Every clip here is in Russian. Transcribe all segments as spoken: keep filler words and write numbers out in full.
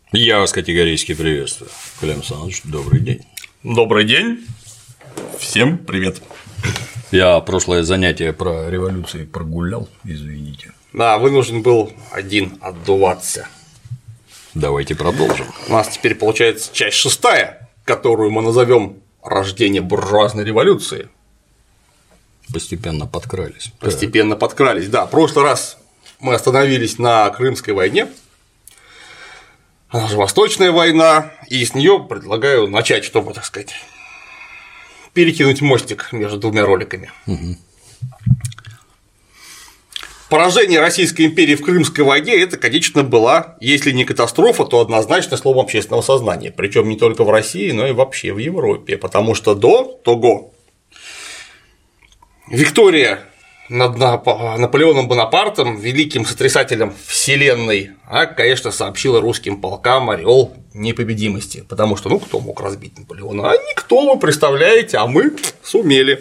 Я вас категорически приветствую. Клим Александрович, добрый день. Добрый день. Всем привет. Я прошлое занятие про революции прогулял, извините. Да, вынужден был один отдуваться. Давайте продолжим. У нас теперь получается часть шестая, которую мы назовем «Рождение буржуазной революции». Постепенно подкрались. Постепенно да. подкрались, да. В прошлый раз мы остановились на Крымской войне. Она же Восточная война, и с нее предлагаю начать, чтобы, так сказать, перекинуть мостик между двумя роликами. Угу. Поражение Российской империи в Крымской войне – это, конечно, была, если не катастрофа, то однозначно словом общественного сознания, причем не только в России, но и вообще в Европе, потому что до того Виктория над Наполеоном Бонапартом, великим сотрясателем вселенной, а, конечно, сообщила русским полкам орел непобедимости, потому что, ну, кто мог разбить Наполеона? А никто, вы представляете, а мы сумели.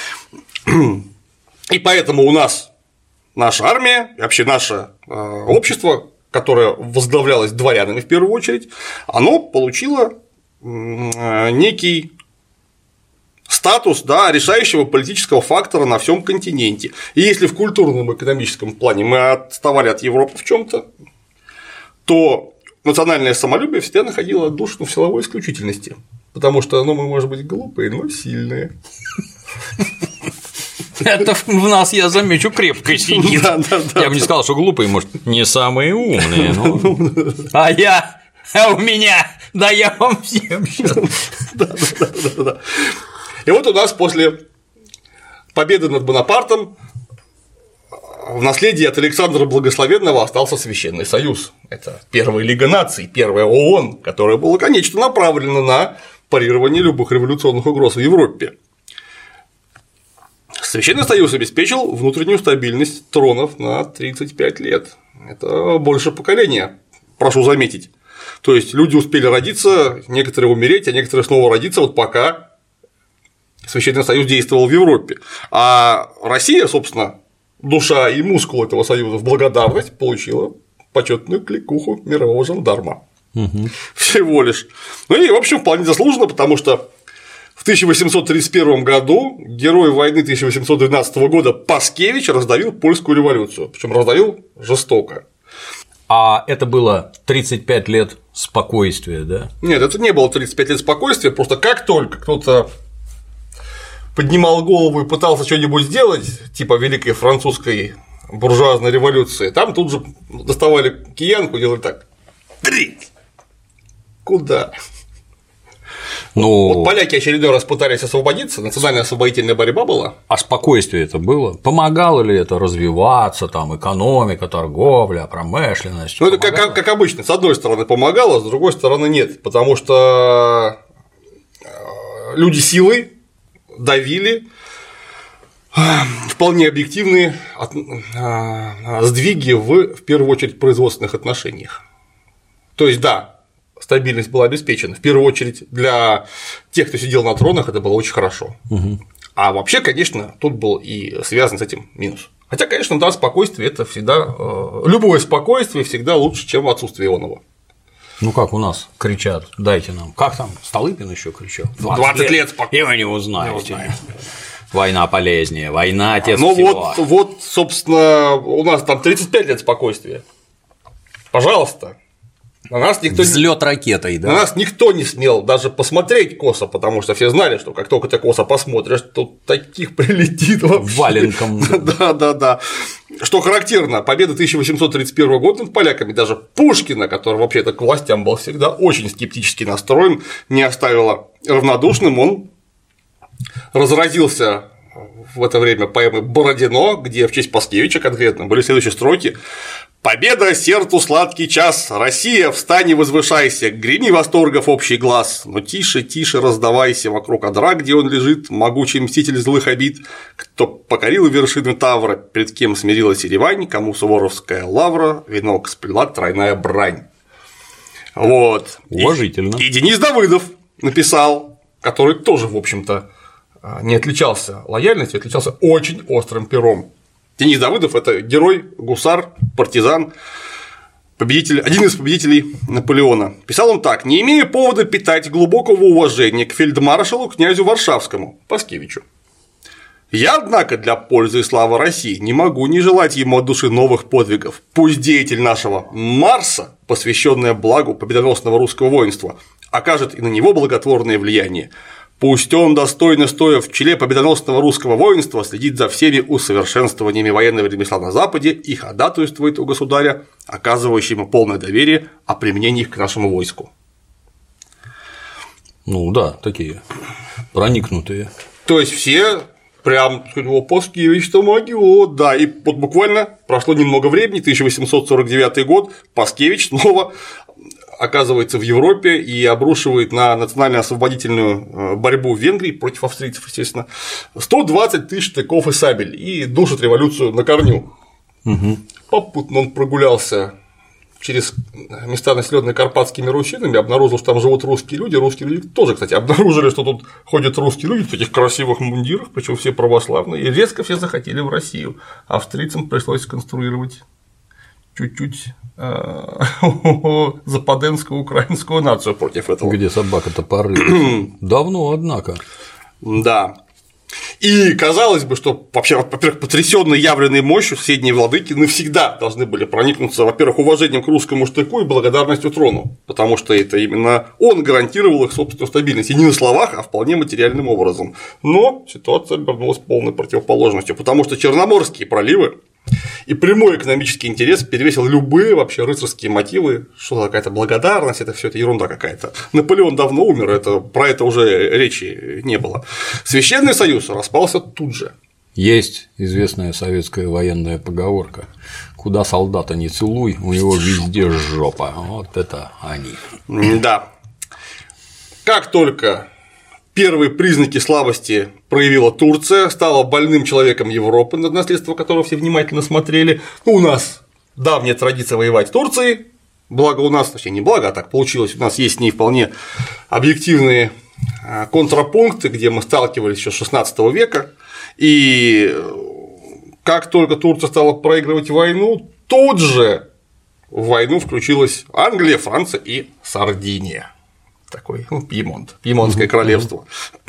И поэтому у нас наша армия, вообще наше общество, которое возглавлялось дворянами в первую очередь, оно получило некий статус, да, решающего политического фактора на всем континенте. И если в культурном и экономическом плане мы отставали от Европы в чем-то, то национальное самолюбие всегда находило отдушину в силовой исключительности, потому что ну, мы, может быть, глупые, но сильные. Это в нас, я замечу, крепко сидит. Да, да, да, я бы не сказал, что глупые, может, не самые умные, но… А я, а у меня, да я вам всем сейчас. Да, да, да, да. И вот у нас после победы над Бонапартом в наследии от Александра Благословенного остался Священный Союз. Это первая Лига наций, первая ООН, которая была, конечно, направлена на парирование любых революционных угроз в Европе. Священный Союз обеспечил внутреннюю стабильность тронов на тридцать пять лет. Это больше поколения, прошу заметить. То есть люди успели родиться, некоторые умереть, а некоторые снова родиться, вот пока Священный Союз действовал в Европе. А Россия, собственно, душа и мускул этого союза в благодарность получила почетную кликуху мирового жандарма. Угу. Всего лишь. Ну и, в общем, вполне заслуженно, потому что в тысяча восемьсот тридцать первом году герой войны тысяча восемьсот двенадцатого года Паскевич раздавил польскую революцию, причем раздавил жестоко. А это было тридцать пять лет спокойствия, да? Нет, это не было тридцать пять лет спокойствия, просто как только кто-то поднимал голову и пытался что-нибудь сделать, типа Великой Французской буржуазной революции, там тут же доставали киянку и делали так. Три! Куда? Ну… Вот поляки очередной раз пытались освободиться, национальная освободительная борьба была. А спокойствие это было? Помогало ли это развиваться, там, экономика, торговля, промышленность? Ну, это как, как обычно, с одной стороны помогало, с другой стороны нет, потому что люди силой давили вполне объективные сдвиги в, в первую очередь, производственных отношениях. То есть, да, стабильность была обеспечена. В первую очередь для тех, кто сидел на тронах, это было очень хорошо. Угу. А вообще, конечно, тут был и связан с этим минус. Хотя, конечно, да, спокойствие – это всегда… Любое спокойствие всегда лучше, чем отсутствие ионного. Ну как у нас кричат, дайте нам. Как там Столыпин еще кричал? двадцать лет спокойно. И вы не узнаете. Война полезнее, война отец Ну всего. вот, вот, собственно, у нас там тридцать пять лет спокойствия. Пожалуйста. На нас никто… Взлет ракетой, да? На нас никто не смел даже посмотреть косо, потому что все знали, что как только ты косо посмотришь, то таких прилетит вообще. Валенком. Да, да, да. Что характерно, победа тысяча восемьсот тридцать первого года над поляками, даже Пушкина, который вообще-то к властям был всегда очень скептически настроен, не оставила равнодушным, он разразился в это время поэмой «Бородино», где в честь Паскевича конкретно были следующие строки: «Победа, сердцу сладкий час, Россия, встань и возвышайся, греми восторгов общий глаз, но тише, тише раздавайся вокруг одра, где он лежит, могучий мститель злых обид, кто покорил вершины Тавра, перед кем смирилась Еревань, кому суворовская лавра, венок сплела тройная брань». Вот. Уважительно. И, и Денис Давыдов написал, который тоже, в общем-то, не отличался лояльностью, отличался очень острым пером. Денис Давыдов – это герой, гусар, партизан, победитель, один из победителей Наполеона. Писал он так: «Не имею повода питать глубокого уважения к фельдмаршалу князю Варшавскому Паскевичу. Я, однако, для пользы и славы России не могу не желать ему от души новых подвигов. Пусть деятель нашего Марса, посвященная благу победоносного русского воинства, окажет и на него благотворное влияние. Пусть он, достойно стоя в челе победоносного русского воинства, следит за всеми усовершенствованиями военного ремесла на Западе и ходатайствует у государя, оказывающему полное доверие о применении их к нашему войску». Ну да, такие проникнутые. То есть все прям сказать, Паскевич-то могёт, да, и вот буквально прошло немного времени, тысяча восемьсот сорок девятый год, Паскевич снова оказывается в Европе и обрушивает на национально-освободительную борьбу в Венгрии против австрийцев, естественно, сто двадцать тысяч штыков и сабель и душит революцию на корню. Угу. Попутно он прогулялся через места, населенные карпатскими русинами, обнаружил, что там живут русские люди. Русские люди тоже, кстати, обнаружили, что тут ходят русские люди в этих красивых мундирах, причем все православные, и резко все захотели в Россию. Австрийцам пришлось сконструировать чуть-чуть западенскую украинскую нацию против этого. Где собака-то порылась. Давно, однако. Да. И казалось бы, что вообще, во-первых, потрясённые явленной мощью соседние владыки навсегда должны были проникнуться, во-первых, уважением к русскому штыку и благодарностью трону, потому что это именно он гарантировал их собственную стабильность, и не на словах, а вполне материальным образом. Но ситуация обернулась полной противоположностью, потому что Черноморские проливы и прямой экономический интерес перевесил любые вообще рыцарские мотивы, что какая-то благодарность, это все это ерунда какая-то. Наполеон давно умер, это, про это уже речи не было. Священный союз распался тут же. Есть известная советская военная поговорка: куда солдата не целуй, у него везде жопа. Вот это они. Да. Как только первые признаки слабости проявила Турция, стала больным человеком Европы, на наследство которого все внимательно смотрели. Ну, у нас давняя традиция воевать с Турцией, благо у нас, точнее, не благо, а так получилось, у нас есть с ней вполне объективные контрапункты, где мы сталкивались еще с шестнадцатого века, и как только Турция стала проигрывать войну, тут же в войну включилась Англия, Франция и Сардиния. Такой, ну, Пьемонт, Пьемонтское королевство.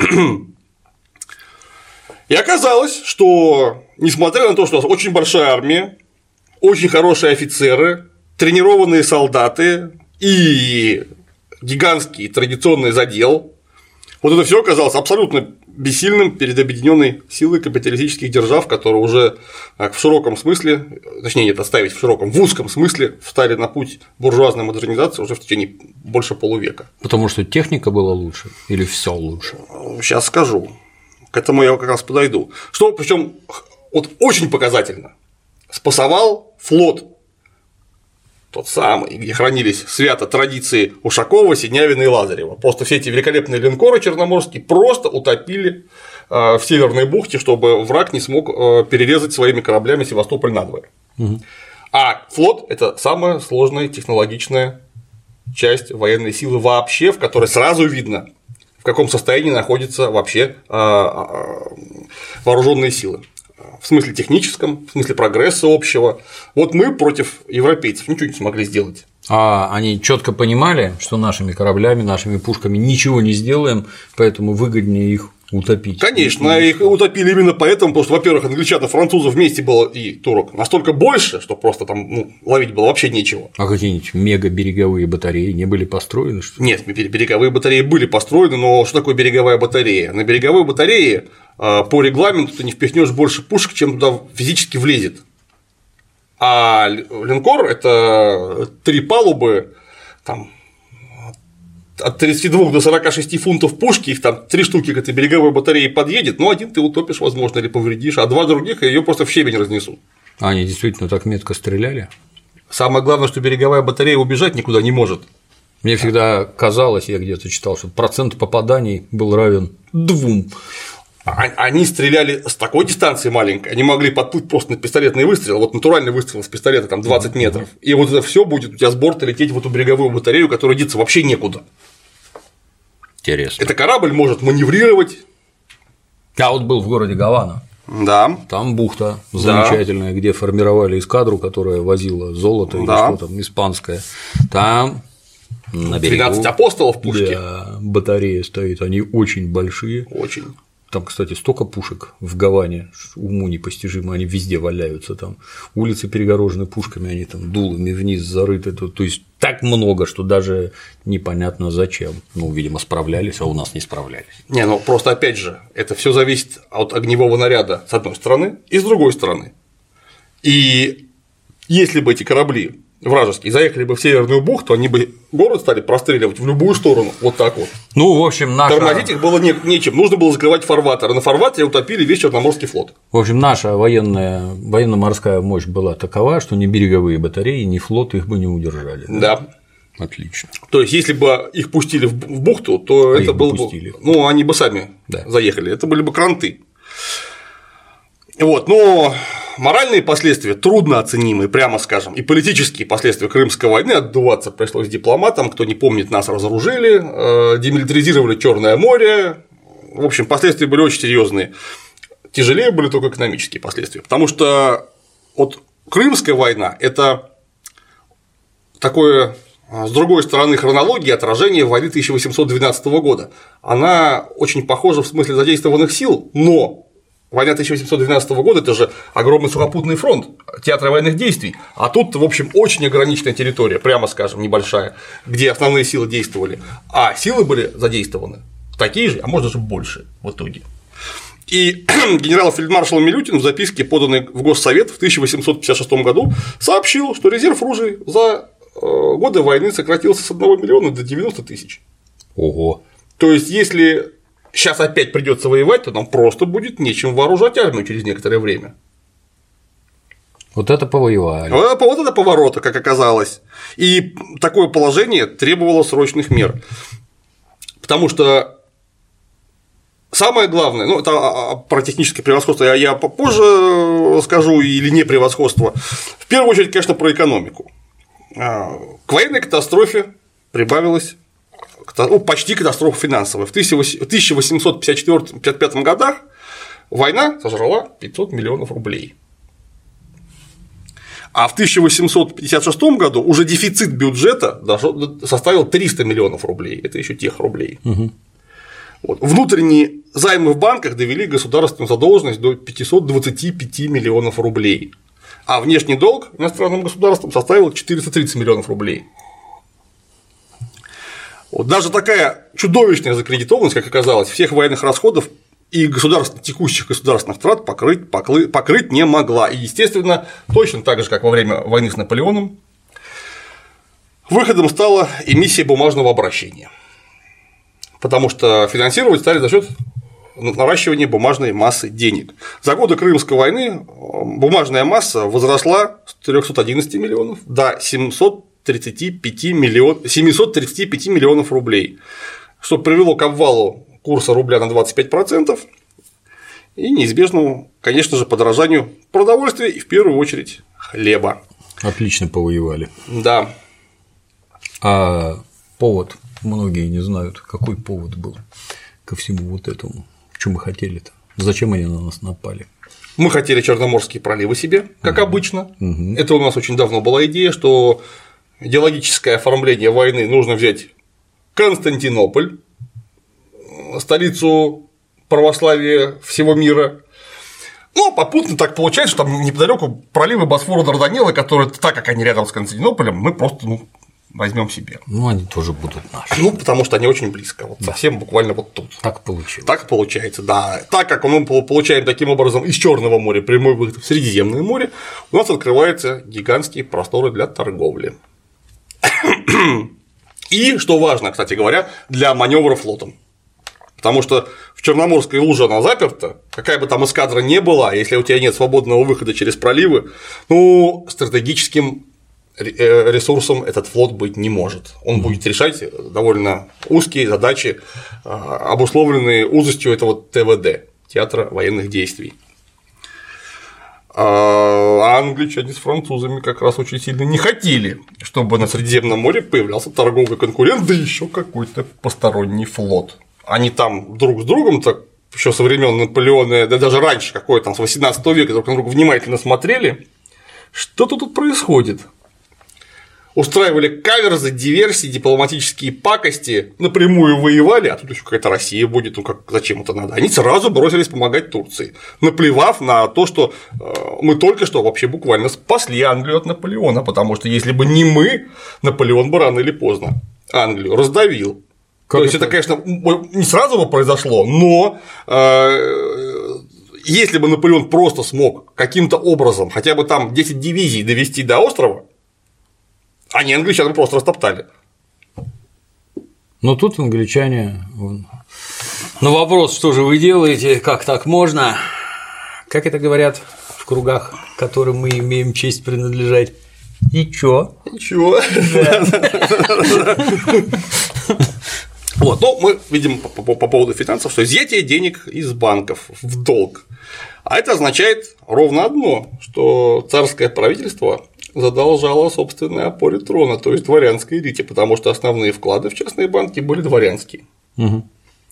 И оказалось, что, несмотря на то, что у нас очень большая армия, очень хорошие офицеры, тренированные солдаты и гигантский традиционный задел, вот это все оказалось абсолютно бессильным перед объединенной силой капиталистических держав, которые уже в широком смысле, точнее, нет, оставить в широком, в узком смысле встали на путь буржуазной модернизации уже в течение больше полувека. Потому что техника была лучше или все лучше? Сейчас скажу. К этому я как раз подойду. Что, причем, вот очень показательно. Спасовал флот, тот самый, где хранились свято традиции Ушакова, Синявина и Лазарева. Просто все эти великолепные линкоры черноморские просто утопили в Северной бухте, чтобы враг не смог перерезать своими кораблями Севастополь надвое. Угу. А флот – это самая сложная технологичная часть военной силы вообще, в которой сразу видно, в каком состоянии находятся вообще вооруженные силы. В смысле техническом, в смысле прогресса общего. Вот мы против европейцев ничего не смогли сделать. А они четко понимали, что нашими кораблями, нашими пушками ничего не сделаем, поэтому выгоднее их утопить. Конечно, их утопили именно поэтому, потому что, во-первых, англичан и французов вместе было и турок настолько больше, что просто там ну, ловить было вообще нечего. А какие-нибудь мега-береговые батареи не были построены? Что ли? Нет, береговые батареи были построены, но что такое береговая батарея? На береговой батарее по регламенту ты не впихнешь больше пушек, чем туда физически влезет. А линкор – это три палубы, там, от тридцати двух до сорока шести фунтов пушки, их там три штуки к этой береговой батарее подъедет, но один ты утопишь, возможно, или повредишь, а два других ее просто в щебень разнесут. А они действительно так метко стреляли? Самое главное, что береговая батарея убежать никуда не может. Мне всегда казалось, я где-то читал, что процент попаданий был равен двум. Они стреляли с такой дистанции маленькой, они могли подплыть просто на пистолетный выстрел, вот натуральный выстрел с пистолета там двадцать метров, и вот это все будет у тебя с борта лететь в эту береговую батарею, которая деться вообще некуда. Интересно. Это корабль может маневрировать. А вот был в городе Гавана. Да. Там бухта замечательная, да. где формировали эскадру, которая возила золото или да. что там, испанское. Там на берегу двенадцать апостолов пушки. Да, батарея стоит, они очень большие. Очень. Там, кстати, столько пушек в Гаване, уму непостижимо, они везде валяются, там улицы перегорожены пушками, они там дулами вниз зарыты, то, то есть так много, что даже непонятно зачем. Ну, видимо, справлялись, а у нас не справлялись. Не, ну просто опять же, это все зависит от огневого наряда с одной стороны и с другой стороны. И если бы эти корабли вражеские заехали бы в Северную бухту, они бы город стали простреливать в любую сторону, вот так вот. Ну, в общем, наша… Тормозить их было не, нечем, нужно было закрывать фарватер, а на фарватере утопили весь Черноморский флот. В общем, наша военная, военно-морская мощь была такова, что ни береговые батареи, ни флот их бы не удержали. Да. да. Отлично. То есть, если бы их пустили в бухту, то а это было бы… Пустили. Ну, они бы сами да. заехали, это были бы кранты. Вот, но моральные последствия труднооценимые, прямо скажем, и политические последствия Крымской войны, отдуваться пришлось дипломатам, кто не помнит, нас разоружили, демилитаризировали Черное море, в общем, последствия были очень серьезные. Тяжелее были только экономические последствия, потому что вот Крымская война – это такое, с другой стороны хронологии, отражение войны тысяча восемьсот двенадцатого года. Она очень похожа в смысле задействованных сил, но война тысяча восемьсот двенадцатого года – это же огромный сухопутный фронт, театр военных действий, а тут, в общем, очень ограниченная территория, прямо скажем, небольшая, где основные силы действовали, а силы были задействованы такие же, а может даже больше в итоге. И генерал-фельдмаршал Милютин в записке, поданной в Госсовет в тысяча восемьсот пятьдесят шестом году, сообщил, что резерв ружей за годы войны сократился с одного миллиона до девяноста тысяч. Ого. То есть, если сейчас опять придется воевать, то нам просто будет нечем вооружать армию через некоторое время. Вот это повоевали. Вот это повороты, как оказалось. И такое положение требовало срочных мер. Потому что самое главное, ну, это про техническое превосходство я, я попозже скажу, или не превосходство. В первую очередь, конечно, про экономику. К военной катастрофе прибавилось. Ну, почти катастрофа финансовая. В тысяча восемьсот пятьдесят четвёртом — пятьдесят пятом годах война сожрала пятьсот миллионов рублей. А в тысяча восемьсот пятьдесят шестом году уже дефицит бюджета составил триста миллионов рублей. Это еще тех рублей. Угу. Вот. Внутренние займы в банках довели государственную задолженность до пятисот двадцати пяти миллионов рублей. А внешний долг иностранным государствам составил четыреста тридцать миллионов рублей. Вот даже такая чудовищная закредитованность, как оказалось, всех военных расходов и государственных, текущих государственных трат покрыть, покрыть, покрыть не могла. И, естественно, точно так же, как во время войны с Наполеоном, выходом стала эмиссия бумажного обращения. Потому что финансировать стали за счет наращивания бумажной массы денег. За годы Крымской войны бумажная масса возросла с трёхсот одиннадцати миллионов до семисот тридцати пяти миллионов рублей, что привело к обвалу курса рубля на двадцать пять процентов и неизбежному, конечно же, подорожанию продовольствия и, в первую очередь, хлеба. Отлично повоевали. Да. А повод многие не знают, какой повод был ко всему вот этому. Что мы хотели-то? Зачем они на нас напали? Мы хотели Черноморские проливы себе, как угу. обычно. Угу. Это у нас очень давно была идея, что идеологическое оформление войны нужно взять Константинополь, столицу православия всего мира. Ну, а попутно так получается, что там неподалеку проливы Босфора, Дарданеллы, которые, так как они рядом с Константинополем, мы просто ну, возьмем себе. Ну, они тоже будут наши. Ну, потому что они очень близко, вот, да. совсем буквально вот тут. Так получилось. Так получается, да. Так как мы получаем таким образом из Черного моря прямой выход в Средиземное море, у нас открываются гигантские просторы для торговли. И, что важно, кстати говоря, для маневра флотом. Потому что в Черноморской луже она заперта, какая бы там эскадра ни была, если у тебя нет свободного выхода через проливы, ну, стратегическим ресурсом этот флот быть не может. Он будет решать довольно узкие задачи, обусловленные узостью этого ТВД – театра военных действий. А англичане с французами как раз очень сильно не хотели, чтобы на Средиземном море появлялся торговый конкурент, да еще какой-то посторонний флот. Они там друг с другом-то еще со времен Наполеона, да даже раньше, какой там, с восемнадцатого века, друг на друга внимательно смотрели, что-то тут происходит. Устраивали каверзы, диверсии, дипломатические пакости, напрямую воевали, а тут еще какая-то Россия будет, ну как, зачем это надо? Они сразу бросились помогать Турции, наплевав на то, что мы только что вообще буквально спасли Англию от Наполеона, потому что если бы не мы, Наполеон бы рано или поздно Англию раздавил. Как то есть это, конечно, не сразу бы произошло, но э, если бы Наполеон просто смог каким-то образом хотя бы там десять дивизий довести до острова, они англичан просто растоптали. Но тут англичане. На вопрос, что же вы делаете, как так можно, как это говорят в кругах, которым мы имеем честь принадлежать, и чё? Ничего. Вот, ну, мы видим по, по, по поводу финансов, что изъятие денег из банков в долг. А это означает ровно одно, что царское правительство задолжало собственной опоре трона, то есть дворянской элите, потому что основные вклады в частные банки были дворянские. Угу.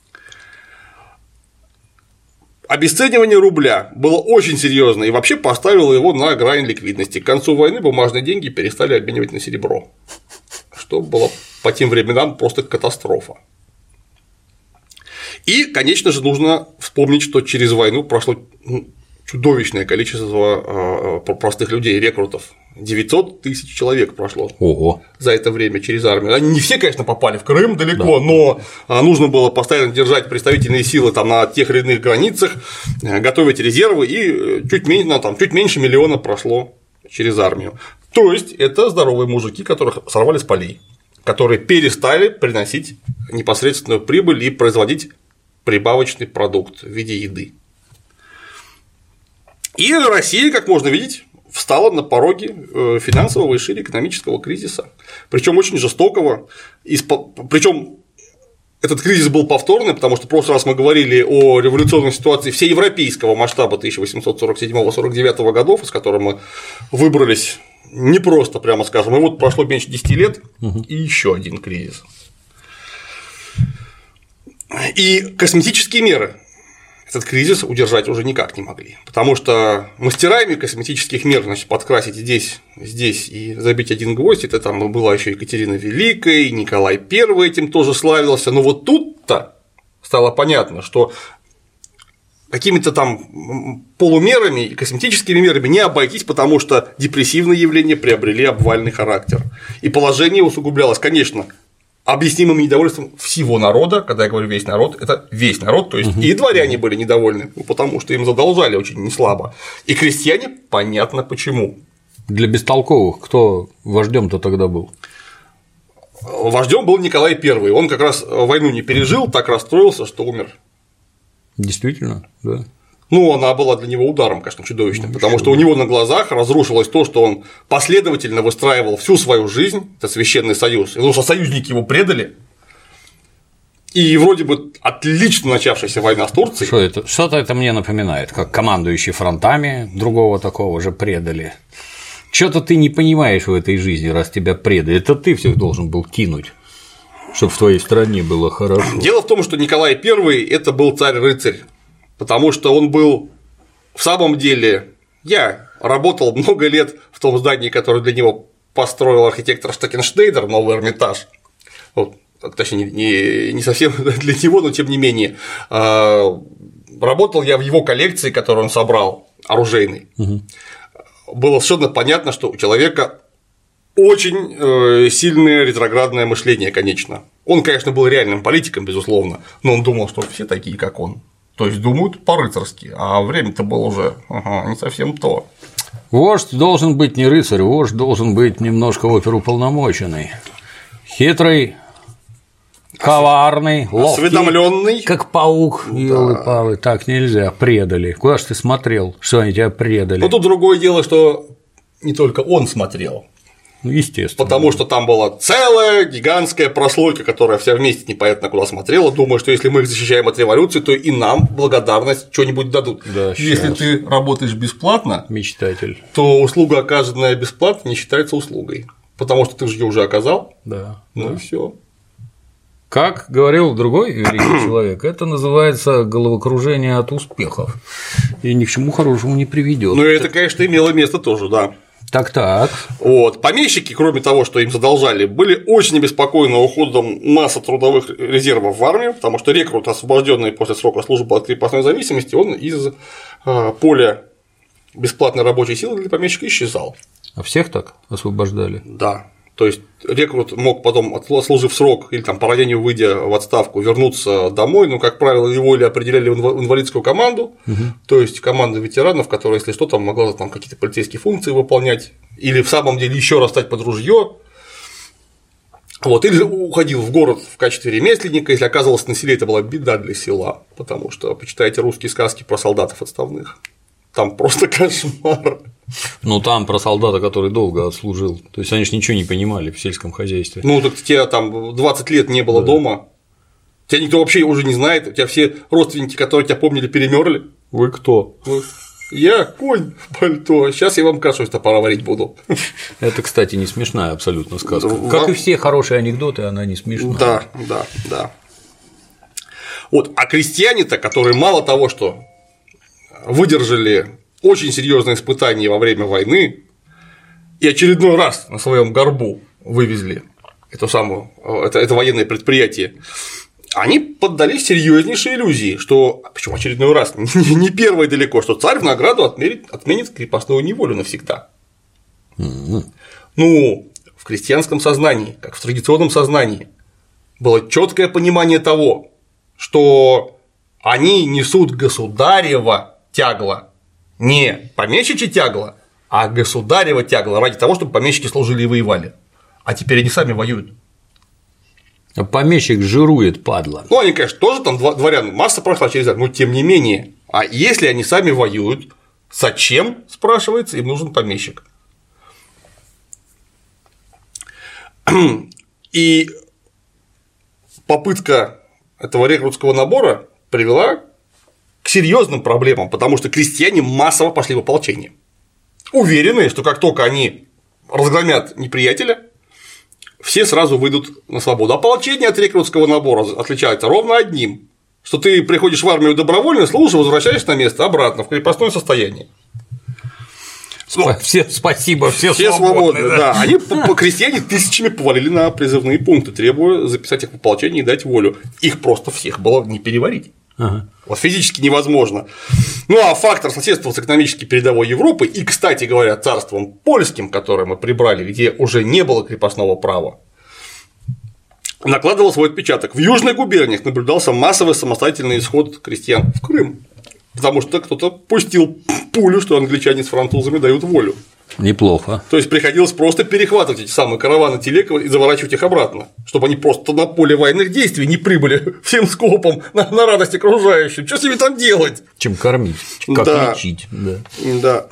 Обесценивание рубля было очень серьезно и вообще поставило его на грань ликвидности. К концу войны бумажные деньги перестали обменивать на серебро, что было по тем временам просто катастрофа. И, конечно же, нужно вспомнить, что через войну прошло чудовищное количество простых людей, рекрутов. девятьсот тысяч человек прошло. Ого. За это время через армию. Они не все, конечно, попали в Крым далеко, да. Но нужно было постоянно держать представительные силы там на тех или иных границах, готовить резервы, и чуть меньше, там, чуть меньше миллиона прошло через армию. То есть это здоровые мужики, которых сорвали с полей, которые перестали приносить непосредственную прибыль и производить прибавочный продукт в виде еды. И Россия, как можно видеть, встала на пороге финансового и шире экономического кризиса, причем очень жестокого. Причем этот кризис был повторный, потому что в прошлый раз мы говорили о революционной ситуации всеевропейского масштаба тысяча восемьсот сорок седьмого — сорок девятого годов, из которой мы выбрались не просто, прямо скажем, и вот прошло меньше десяти лет, угу. И еще один кризис. И косметические меры этот кризис удержать уже никак не могли, потому что мастерами косметических мер, значит, подкрасить здесь, здесь и забить один гвоздь, это там была еще Екатерина Великая, Николай Первый этим тоже славился, но вот тут-то стало понятно, что какими-то там полумерами и косметическими мерами не обойтись, потому что депрессивные явления приобрели обвальный характер, и положение усугублялось, конечно, объяснимым недовольством всего народа. Когда я говорю весь народ, это весь народ, то есть угу. И дворяне были недовольны, потому что им задолжали очень неслабо, и крестьяне понятно почему. Для бестолковых кто вождем-то тогда был? Вождем был Николай Первый, он как раз войну не пережил, так расстроился, что умер. Действительно, да. Ну, она была для него ударом, конечно, чудовищным, ну, потому что у него на глазах разрушилось то, что он последовательно выстраивал всю свою жизнь, это Священный Союз, потому что союзники его предали, и вроде бы отлично начавшаяся война с Турцией. Что это? Что-то это мне напоминает, как командующий фронтами другого такого же предали. Что-то ты не понимаешь в этой жизни, раз тебя предали, это ты всех должен был кинуть, чтобы в твоей стране было хорошо. Дело в том, что Николай Первый – это был царь-рыцарь. Потому что он был в самом деле, я работал много лет в том здании, которое для него построил архитектор Штекенштейдер, новый Эрмитаж, вот, точнее, не, не совсем для него, но тем не менее, работал я в его коллекции, которую он собрал, оружейной. Угу. Было совершенно понятно, что у человека очень сильное ретроградное мышление, конечно. Он, конечно, был реальным политиком, безусловно, но он думал, что все такие, как он. То есть думают по-рыцарски, а время-то было уже ага, не совсем то. Вождь должен быть не рыцарь, вождь должен быть немножко оперуполномоченный, хитрый, коварный, ловкий, осведомленный, как паук, елы-палы, да. Так нельзя, предали. Куда ж ты смотрел, что они тебя предали? Но тут другое дело, что не только он смотрел. Ну, естественно. Потому что там была целая гигантская прослойка, которая вся вместе непонятно куда смотрела, думая, что если мы их защищаем от революции, то и нам благодарность что-нибудь дадут. Да, если ты работаешь бесплатно, мечтатель, то услуга, оказанная бесплатно, не считается услугой, потому что ты же ее уже оказал. Да. Ну да. и все. Как говорил другой великий человек, это называется головокружение от успехов, и ни к чему хорошему не приведет. Ну, это, конечно, имело место тоже, да. Так-так. Вот. Помещики, кроме того, что им задолжали, были очень обеспокоены уходом массы трудовых резервов в армию, потому что рекрут, освобожденный после срока службы от крепостной зависимости, он из э, поля бесплатной рабочей силы для помещика исчезал. А всех так освобождали? Да. То есть рекрут мог потом, отслужив срок или там по ранению выйдя в отставку, вернуться домой, но, как правило, его или определяли в инвалидскую команду, угу. То есть команда ветеранов, которая, если что, там могла там какие-то полицейские функции выполнять, или в самом деле еще раз стать под ружье. Вот, или уходил в город в качестве ремесленника, если оказывалось на селе, это была беда для села, потому что почитайте русские сказки про солдатов отставных. Там просто кошмар. Ну, там про солдата, который долго отслужил. То есть они же ничего не понимали в сельском хозяйстве. Ну, так тебя там двадцать лет не было да. дома. Тебя никто вообще уже не знает. У тебя все родственники, которые тебя помнили, перемерли. Вы кто? Я конь в пальто. Сейчас я вам кашу из топора варить буду. Это, кстати, не смешная абсолютно сказка. Вам... Как и все хорошие анекдоты, она не смешная. Да, да, да. Вот, а крестьяне-то, которые мало того, что выдержали очень серьезное испытание во время войны и очередной раз на своем горбу вывезли это самое, это, это военное предприятие, они поддались серьезнейшей иллюзии, что, причем очередной раз, не первый далеко, что царь в награду отменит, отменит крепостную неволю навсегда. Mm-hmm. Ну, в крестьянском сознании, как в традиционном сознании, было четкое понимание того, что они несут государево тягло, не помещичье тягло, а государево тягло ради того, чтобы помещики служили и воевали. А теперь они сами воюют. А помещик жирует, падла. Ну, они, конечно, тоже там дворян, масса прошла через это, но тем не менее. А если они сами воюют, зачем, спрашивается, им нужен помещик? И попытка этого рекрутского набора привела к серьезным проблемам, потому что крестьяне массово пошли в ополчение. Уверенные, что как только они разгромят неприятеля, все сразу выйдут на свободу. Ополчение от рекрутского набора отличается ровно одним, что ты приходишь в армию добровольно, служишь, возвращаешься на место обратно в крепостное состояние. Ну, все спасибо, все, все свободны. свободны, да. Они по крестьяне тысячами повалили на призывные пункты, требуя записать их в ополчение и дать волю. Их просто всех было не переварить. Ага. Вот физически невозможно. Ну а фактор соседства с экономически передовой Европой и, кстати говоря, царством польским, которое мы прибрали, где уже не было крепостного права, накладывал свой отпечаток. В южных губерниях наблюдался массовый самостоятельный исход крестьян в Крым, потому что кто-то пустил пулю, что англичане с французами дают волю. Неплохо. То есть приходилось просто перехватывать эти самые караваны телег и заворачивать их обратно, чтобы они просто на поле военных действий не прибыли всем скопом на, на радость окружающим. Что с ними там делать? Чем кормить, как да. лечить. Да. Да.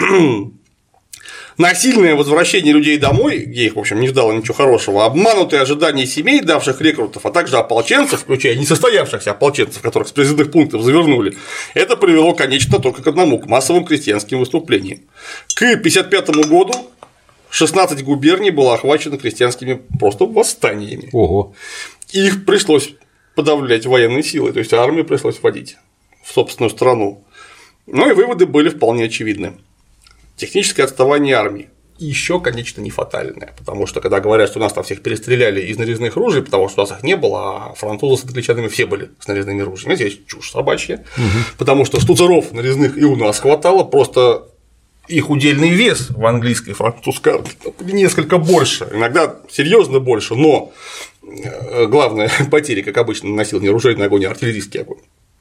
Насильное возвращение людей домой, где их, в общем, не ждало ничего хорошего, обманутые ожидания семей, давших рекрутов, а также ополченцев, включая несостоявшихся ополченцев, которых с призывных пунктов завернули, это привело, конечно, только к одному – к массовым крестьянским выступлениям. К тысяча девятьсот пятьдесят пятому году шестнадцать губерний было охвачено крестьянскими просто восстаниями. Ого. Их пришлось подавлять военной силой, то есть армию пришлось вводить в собственную страну. Ну и выводы были вполне очевидны. Техническое отставание армии еще, конечно, не фатальное, потому что, когда говорят, что нас там всех перестреляли из нарезных ружей, потому что у нас их не было, а французы с англичанами все были с нарезными ружьями, здесь чушь собачья, угу. Потому что штуцеров нарезных и у нас хватало, просто их удельный вес в английской и французской армии несколько больше, иногда серьезно больше, но главное потери, как обычно, наносил не оружейный огонь, а артиллерийский огонь.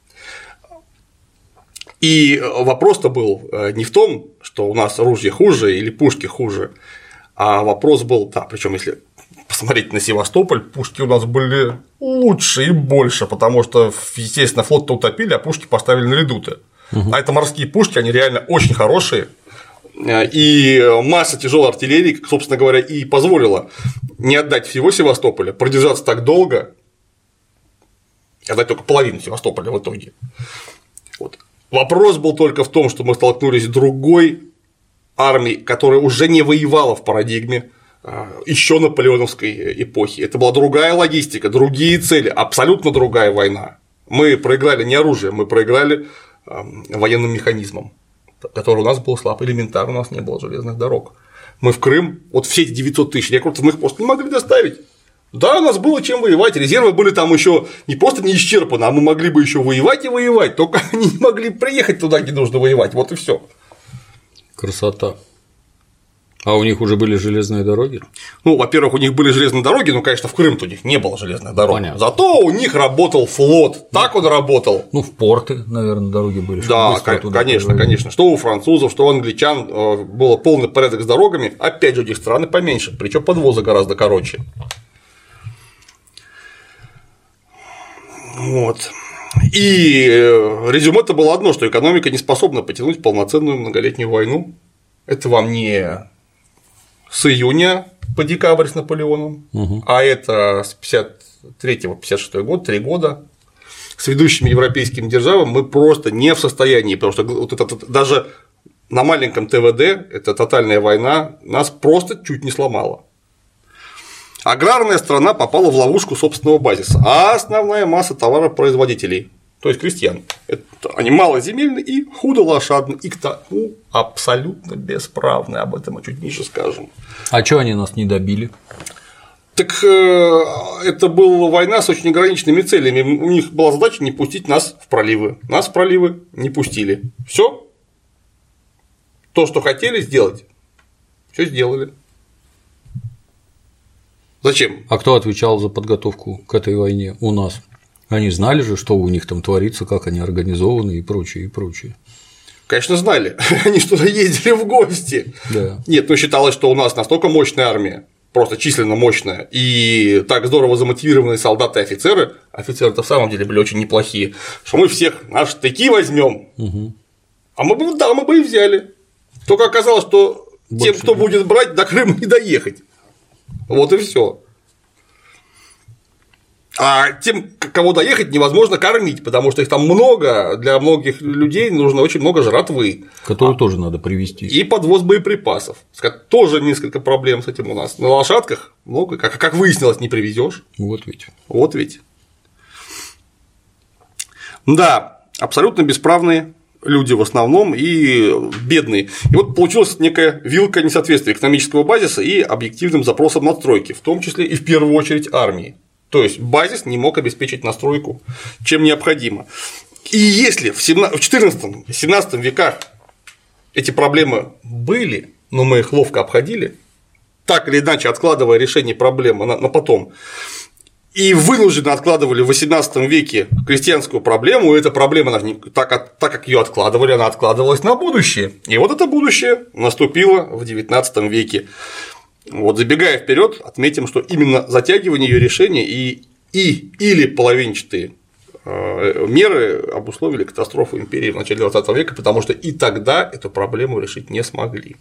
И вопрос-то был не в том, что у нас оружие хуже или пушки хуже, а вопрос был, да, причем если посмотреть на Севастополь, пушки у нас были лучше и больше, потому что, естественно, флот-то утопили, а пушки поставили на редуты. Угу. А это морские пушки, они реально очень хорошие, и масса тяжелой артиллерии, собственно говоря, и позволила не отдать всего Севастополя, продержаться так долго, и отдать только половину Севастополя в итоге. Вот. Вопрос был только в том, что мы столкнулись с другой армией, которая уже не воевала в парадигме еще наполеоновской эпохи. Это была другая логистика, другие цели, абсолютно другая война. Мы проиграли не оружием, мы проиграли военным механизмом, который у нас был слаб, элементарно, у нас не было железных дорог. Мы в Крым, вот все эти девятьсот тысяч рекрутов, мы их просто не могли доставить. Да, у нас было чем воевать, резервы были там еще не просто не исчерпаны, а мы могли бы еще воевать и воевать, только они не могли приехать туда, где нужно воевать, вот и все. Красота. А у них уже были железные дороги? Ну, во-первых, у них были железные дороги, но, конечно, в Крым-то у них не было железных дорог. Понятно. Зато у них работал флот, так он работал. Ну, в порты, наверное, дороги были. Да, конечно, конечно. Что у французов, что у англичан было полный порядок с дорогами. Опять же, у них страны поменьше, причем подвозы гораздо короче. Вот. И резюме-то было одно, что экономика не способна потянуть полноценную многолетнюю войну. Это вам не с июня по декабрь с Наполеоном, угу. а это с пятьдесят третьего по пятьдесят шестой год, три года. С ведущими европейскими державами мы просто не в состоянии, потому что вот это, даже на маленьком ТВД эта тотальная война нас просто чуть не сломала. Аграрная страна попала в ловушку собственного базиса, а основная масса товаропроизводителей, то есть крестьян, это, они малоземельны и худолошадны, и к тому абсолютно бесправны, об этом мы чуть ниже скажем. А что они нас не добили? Так э, это была война с очень ограниченными целями, у них была задача не пустить нас в проливы, нас в проливы не пустили, все, то, что хотели сделать, все сделали. Зачем? А кто отвечал за подготовку к этой войне у нас? Они знали же, что у них там творится, как они организованы и прочее, и прочее. Конечно, знали. Они что-то ездили в гости. Да. Нет, ну считалось, что у нас настолько мощная армия, просто численно мощная, и так здорово замотивированные солдаты и офицеры, офицеры-то в самом деле были очень неплохие, что мы всех наши штыки возьмем. Угу. А мы бы, да, мы бы и взяли. Только оказалось, что больше тем, кто будет брать, до Крыма не доехать. Вот и все. А тем, кого доехать, невозможно кормить, потому что их там много, для многих людей нужно очень много жратвы. Которую а, тоже надо привезти. И подвоз боеприпасов. Тоже несколько проблем с этим у нас. На лошадках много, как, как выяснилось, не привезешь. Вот ведь. Вот ведь. Да, абсолютно бесправные люди в основном и бедные. И вот получилась некая вилка несоответствия экономического базиса и объективным запросам надстройки, в том числе и в первую очередь армии. То есть базис не мог обеспечить настройку, чем необходимо. И если в четырнадцатом-семнадцатом веках эти проблемы были, но мы их ловко обходили, так или иначе откладывая решение проблемы на потом, и вынужденно откладывали в восемнадцатом веке крестьянскую проблему, и эта проблема, так, так как ее откладывали, она откладывалась на будущее. И вот это будущее наступило в девятнадцатом веке. Вот, забегая вперед, отметим, что именно затягивание ее решения и, и или половинчатые меры обусловили катастрофу империи в начале двадцатого века, потому что и тогда эту проблему решить не смогли.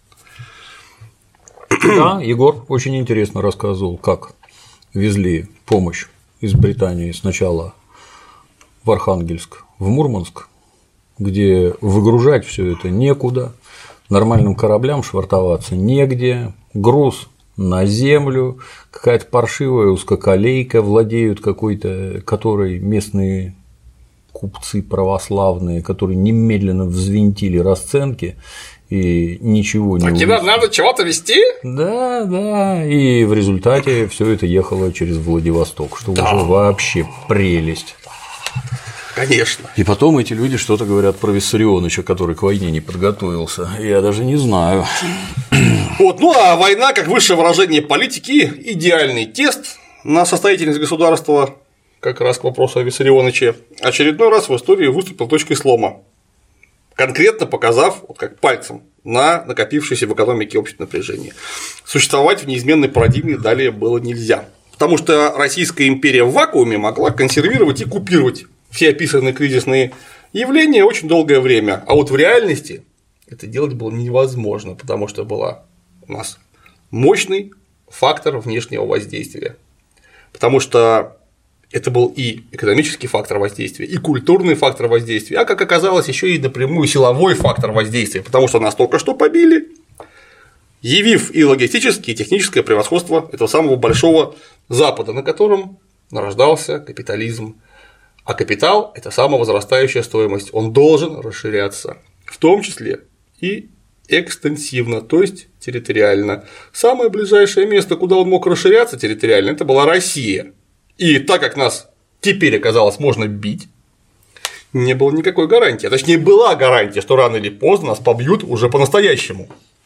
Да, Егор очень интересно рассказывал, как везли помощь из Британии сначала в Архангельск, в Мурманск, где выгружать все это некуда, нормальным кораблям швартоваться негде, груз на землю, какая-то паршивая узкоколейка владеют какой-то, которой местные купцы православные, которые немедленно взвинтили расценки и ничего не. А тебе надо чего-то везти? Да, да. И в результате все это ехало через Владивосток, что да. уже вообще прелесть. Конечно. И потом эти люди что-то говорят про Виссарионовича, который к войне не подготовился. Я даже не знаю. Вот, ну а война, как высшее выражение политики, идеальный тест на состоятельность государства, как раз к вопросу о Виссарионовиче, очередной раз в истории выступил точкой слома, конкретно показав, вот как пальцем, на накопившееся в экономике общее напряжение. Существовать в неизменной парадигме далее было нельзя, потому что Российская империя в вакууме могла консервировать и купировать все описанные кризисные явления очень долгое время, а вот в реальности это делать было невозможно, потому что была у нас мощный фактор внешнего воздействия, потому что это был и экономический фактор воздействия, и культурный фактор воздействия, а, как оказалось, еще и напрямую силовой фактор воздействия, потому что нас только что побили, явив и логистическое, и техническое превосходство этого самого большого Запада, на котором нарождался капитализм. А капитал – это самовозрастающая стоимость, он должен расширяться, в том числе и экстенсивно, то есть территориально. Самое ближайшее место, куда он мог расширяться территориально, это была Россия. И так как нас теперь оказалось можно бить, не было никакой гарантии, а точнее была гарантия, что рано или поздно нас побьют уже по-настоящему.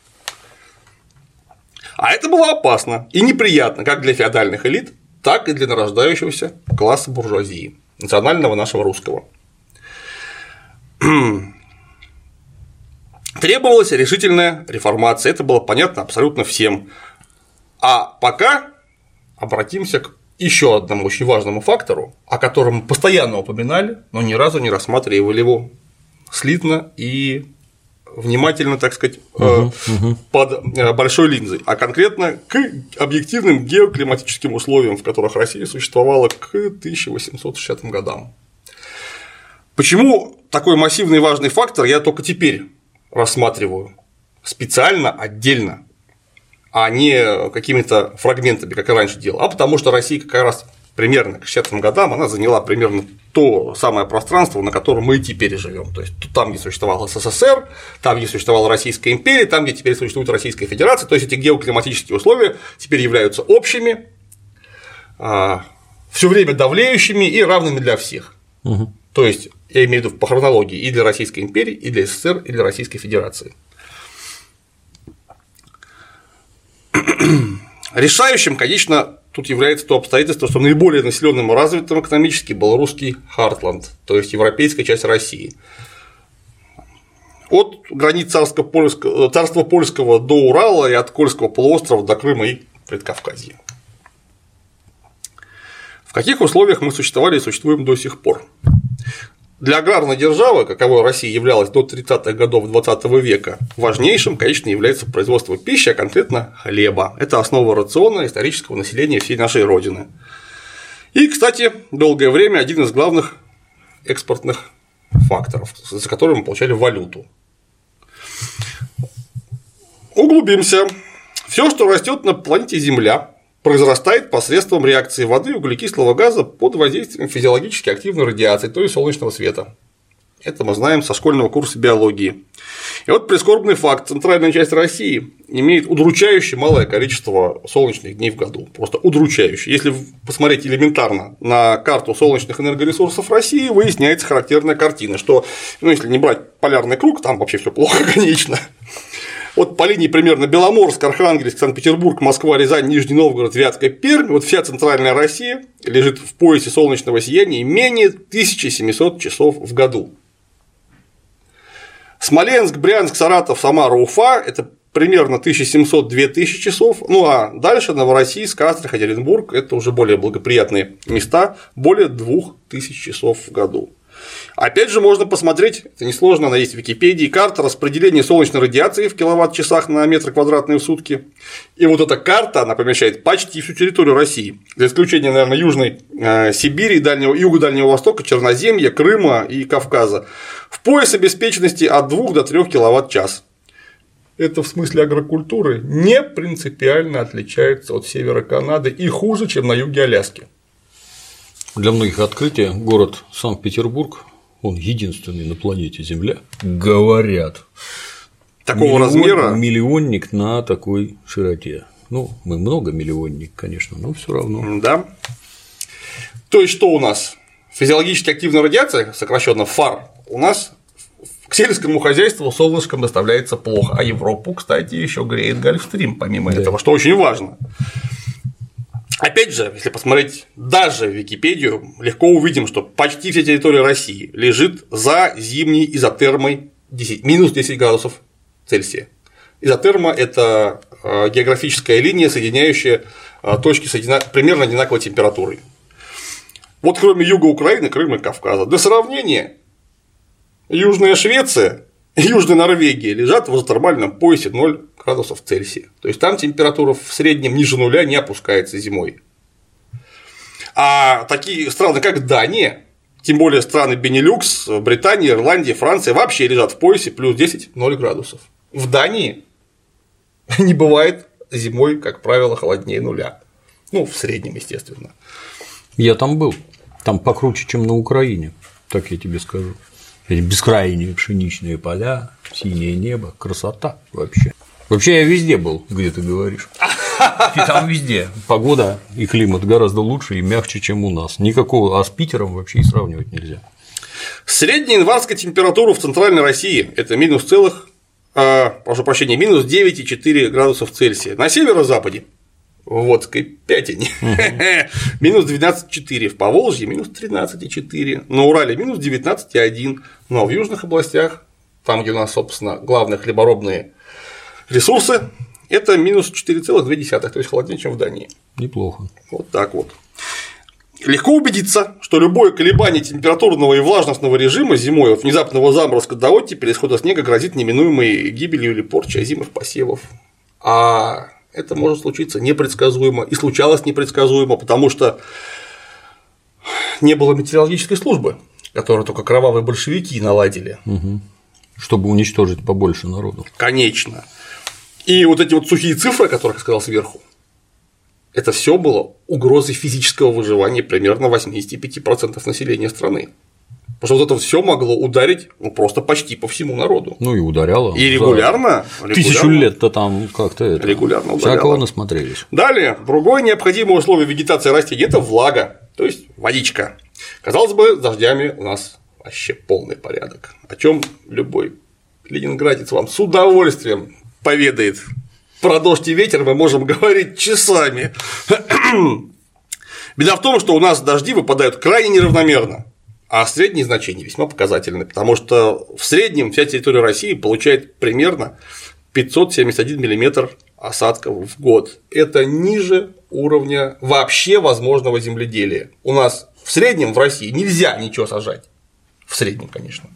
А это было опасно и неприятно как для феодальных элит, так и для нарождающегося класса буржуазии, национального нашего русского. Требовалась решительная реформация, это было понятно абсолютно всем. А пока обратимся к еще одному очень важному фактору, о котором мы постоянно упоминали, но ни разу не рассматривали его слитно и внимательно, так сказать, uh-huh, uh-huh. под большой линзой, а конкретно к объективным геоклиматическим условиям, в которых Россия существовала к тысяча восемьсот шестидесятым годам. Почему такой массивный и важный фактор я только теперь рассматриваю специально, отдельно, а не какими-то фрагментами, как и раньше делал, а потому что Россия как раз примерно к шестидесятым годам она заняла примерно то самое пространство, на котором мы и теперь живем. То есть там, где существовал СССР, там, где существовала Российская империя, там, где теперь существует Российская Федерация, то есть эти геоклиматические условия теперь являются общими, все время давлеющими и равными для всех. Угу. То есть я имею в виду по хронологии и для Российской империи, и для СССР, и для Российской Федерации. Решающим, конечно, тут является то обстоятельство, что наиболее населенным и развитым экономически был русский Хартланд, то есть европейская часть России. От границ царства польского, царства польского до Урала и от Кольского полуострова до Крыма и Предкавказья. В каких условиях мы существовали и существуем до сих пор? Для аграрной державы, каковой Россия являлась до тридцатых годов двадцатого века, важнейшим, конечно, является производство пищи, а конкретно хлеба. Это основа рациона исторического населения всей нашей Родины. И, кстати, долгое время один из главных экспортных факторов, за который мы получали валюту. Углубимся. Все, что растет на планете Земля, произрастает посредством реакции воды и углекислого газа под воздействием физиологически активной радиации, то есть солнечного света. Это мы знаем со школьного курса биологии. И вот прискорбный факт: центральная часть России имеет удручающе малое количество солнечных дней в году. Просто удручающе. Если посмотреть элементарно на карту солнечных энергоресурсов России, выясняется характерная картина, что, ну, если не брать полярный круг, там вообще все плохо, конечно. Вот по линии примерно Беломорск, Архангельск, Санкт-Петербург, Москва, Рязань, Нижний Новгород, Вятка, Пермь, вот вся центральная Россия лежит в поясе солнечного сияния менее тысячи семисот часов в году. Смоленск, Брянск, Саратов, Самара, Уфа – это примерно тысяча семьсот — две тысячи часов, ну а дальше Новороссийск, Астрахань, Оренбург – это уже более благоприятные места, более двух тысяч часов в году. Опять же, можно посмотреть, это несложно, она есть в Википедии, карта распределения солнечной радиации в киловатт-часах на метр квадратный в сутки. И вот эта карта, она помещает почти всю территорию России, за исключением, наверное, Южной э, Сибири, Дальнего, Юга Дальнего Востока, Черноземья, Крыма и Кавказа, в пояс обеспеченности от двух до трёх киловатт-час. Это в смысле агрокультуры не принципиально отличается от севера Канады и хуже, чем на юге Аляски. Для многих открытие город Санкт-Петербург, он единственный на планете Земля, говорят. Такого Миллион, размера. Миллионник на такой широте. Ну, мы много миллионник, конечно, но все равно. Да. То есть, что у нас? Физиологически активная радиация, сокращенно ФАР, у нас к сельскому хозяйству солнышком доставляется плохо. А Европу, кстати, еще греет Гольфстрим, помимо да. этого, что очень важно. Опять же, если посмотреть даже в Википедию, легко увидим, что почти вся территория России лежит за зимней изотермой минус десять градусов Цельсия. Изотерма – это географическая линия, соединяющая точки с одина... примерно одинаковой температурой. Вот кроме юга Украины, Крыма и Кавказа. Для сравнения, Южная Швеция и Южная Норвегия лежат в изотермальном поясе ноль градусов Цельсия. То есть там температура в среднем ниже нуля не опускается зимой. А такие страны, как Дания, тем более страны Бенилюкс, Британия, Ирландия, Франция вообще лежат в поясе плюс десять — ноль градусов. В Дании Не бывает зимой, как правило, холоднее нуля. Ну, в среднем, естественно. Я там был. Там покруче, чем на Украине, так я тебе скажу. Эти бескрайние пшеничные поля, синее небо, красота вообще. Вообще я везде был, где ты говоришь. И там везде погода и климат гораздо лучше и мягче, чем у нас. Никакого, а с Питером вообще и сравнивать нельзя. Средняя январская температура в центральной России – это минус целых, э, прошу прощения, минус девять и четыре градусов Цельсия. На северо-западе в Водской Пятине минус двенадцать и четыре, в Поволжье минус тринадцать и четыре, на Урале минус девятнадцать и один, ну а в южных областях, там, где у нас, собственно, главные хлеборобные ресурсы, это минус четыре целых две десятых, то есть холоднее, чем в Дании. Неплохо. Вот так вот. Легко убедиться, что любое колебание температурного и влажностного режима зимой от внезапного заморозка до оттепели исхода снега грозит неминуемой гибелью или порчей озимых посевов. А это может случиться непредсказуемо, и случалось непредсказуемо, потому что не было метеорологической службы, которую только кровавые большевики наладили. Угу. Чтобы уничтожить побольше народу. Конечно. И вот эти вот сухие цифры, о которых я сказал сверху, это все было угрозой физического выживания примерно восемьдесят пять процентов населения страны. Потому что вот это все могло ударить ну, просто почти по всему народу. Ну и ударяло. И регулярно. регулярно Тысячу лет-то там как-то это. Регулярно ударяло. Всякого насмотрелись. Далее, другое необходимое условие вегетации растений – это влага, то есть водичка. Казалось бы, с дождями у нас вообще полный порядок, о чем любой ленинградец вам с удовольствием поведает. Про дождь и ветер мы можем говорить часами. Беда в том, что у нас дожди выпадают крайне неравномерно, а средние значения весьма показательны, потому что в среднем вся территория России получает примерно пятьсот семьдесят один миллиметр осадков в год. Это ниже уровня вообще возможного земледелия. У нас в среднем в России нельзя ничего сажать. В среднем, конечно.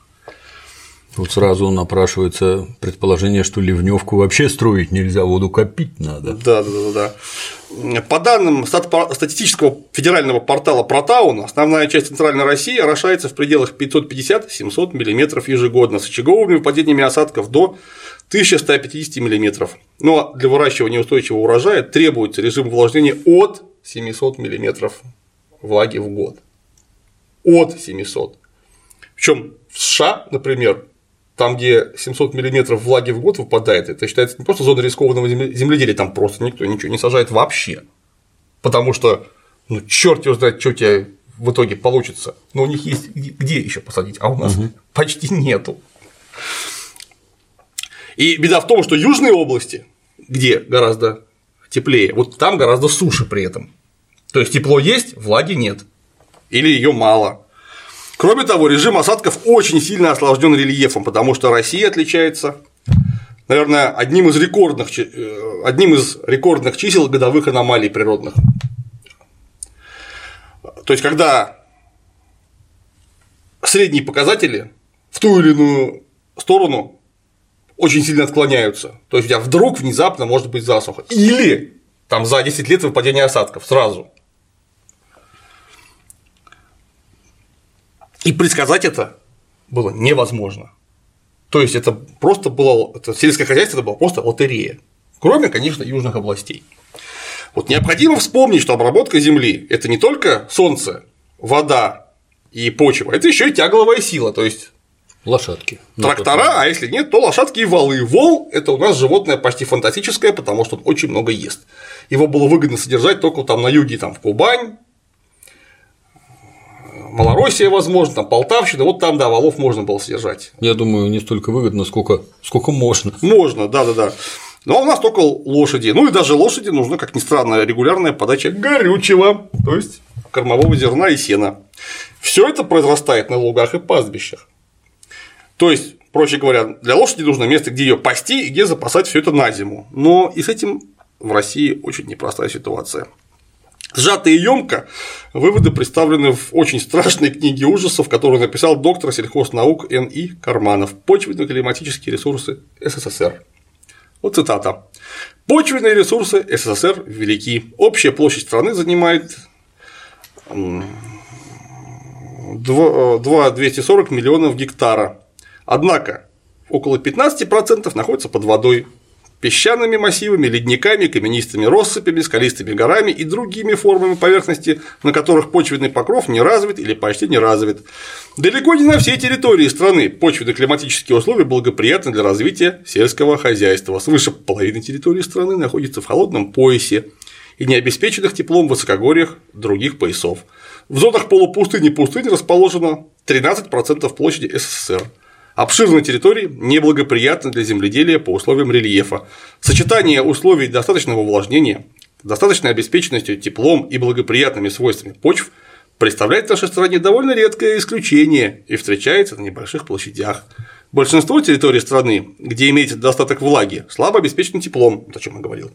Тут сразу напрашивается предположение, что ливневку вообще строить нельзя, воду копить надо. Да, да, да, да. По данным статистического федерального портала Протаун, основная часть центральной России орошается в пределах пятьсот пятьдесят - семьсот миллиметров ежегодно, с очаговыми выпадениями осадков до тысяча сто пятьдесят миллиметров. Ну а для выращивания устойчивого урожая требуется режим увлажнения от семисот миллиметров влаги в год. От семисот. Причем в США, например, там, где семьсот миллиметров влаги в год выпадает, это считается не просто зоной рискованного земледелия, там просто никто ничего не сажает вообще. Потому что, ну, черт его знает, что у тебя в итоге получится. Но у них есть где еще посадить, а у нас угу. почти нету. И беда в том, что южные области, где гораздо теплее, вот там гораздо суше при этом. То есть тепло есть, влаги нет. Или ее мало. Кроме того, режим осадков очень сильно осложнен рельефом, потому что Россия отличается, наверное, одним из рекордных, одним из рекордных чисел годовых аномалий природных. То есть, когда средние показатели в ту или иную сторону очень сильно отклоняются, то есть у тебя вдруг внезапно может быть засуха, или там за десять лет выпадение осадков сразу. И предсказать это было невозможно. То есть это просто было, это сельское хозяйство, это была просто лотерея. Кроме, конечно, южных областей. Вот необходимо вспомнить, что обработка земли – это не только солнце, вода и почва, это еще и тягловая сила, то есть лошадки. Трактора, а если нет, то лошадки и валы. Вол – это у нас животное почти фантастическое, потому что он очень много ест. Его было выгодно содержать только там на юге, там в Кубань, Малороссия, возможно, там Полтавщина, вот там, да, волов можно было содержать. Я думаю, не столько выгодно, сколько, сколько можно. Можно, да-да-да. Но у нас только лошади. Ну и даже лошади нужна, как ни странно, регулярная подача горючего, то есть кормового зерна и сена. Все это произрастает на лугах и пастбищах. То есть, проще говоря, для лошади нужно место, где ее пасти и где запасать все это на зиму. Но и с этим в России очень непростая ситуация. Сжато и ёмко выводы представлены в очень страшной книге ужасов, которую написал доктор сельхознаук Н И Карманов «Почвенно-климатические ресурсы СССР». Вот цитата. «Почвенные ресурсы СССР велики. Общая площадь страны занимает два тысячи двести сорок миллионов гектара. Однако около пятнадцать процентов находится под водой. песчаными массивами, ледниками, каменистыми россыпями, скалистыми горами и другими формами поверхности, на которых почвенный покров не развит или почти не развит. Далеко не на всей территории страны почвенно-климатические условия благоприятны для развития сельского хозяйства. Свыше половины территории страны находится в холодном поясе и не обеспеченных теплом высокогорьях других поясов. В зонах полупустыни и пустыни расположено тринадцать процентов площади СССР. Обширные территории неблагоприятны для земледелия по условиям рельефа. Сочетание условий достаточного увлажнения, достаточной обеспеченностью теплом и благоприятными свойствами почв представляет в нашей стране довольно редкое исключение и встречается на небольших площадях. Большинство территорий страны, где имеется достаток влаги, слабо обеспечено теплом, о чем я говорил.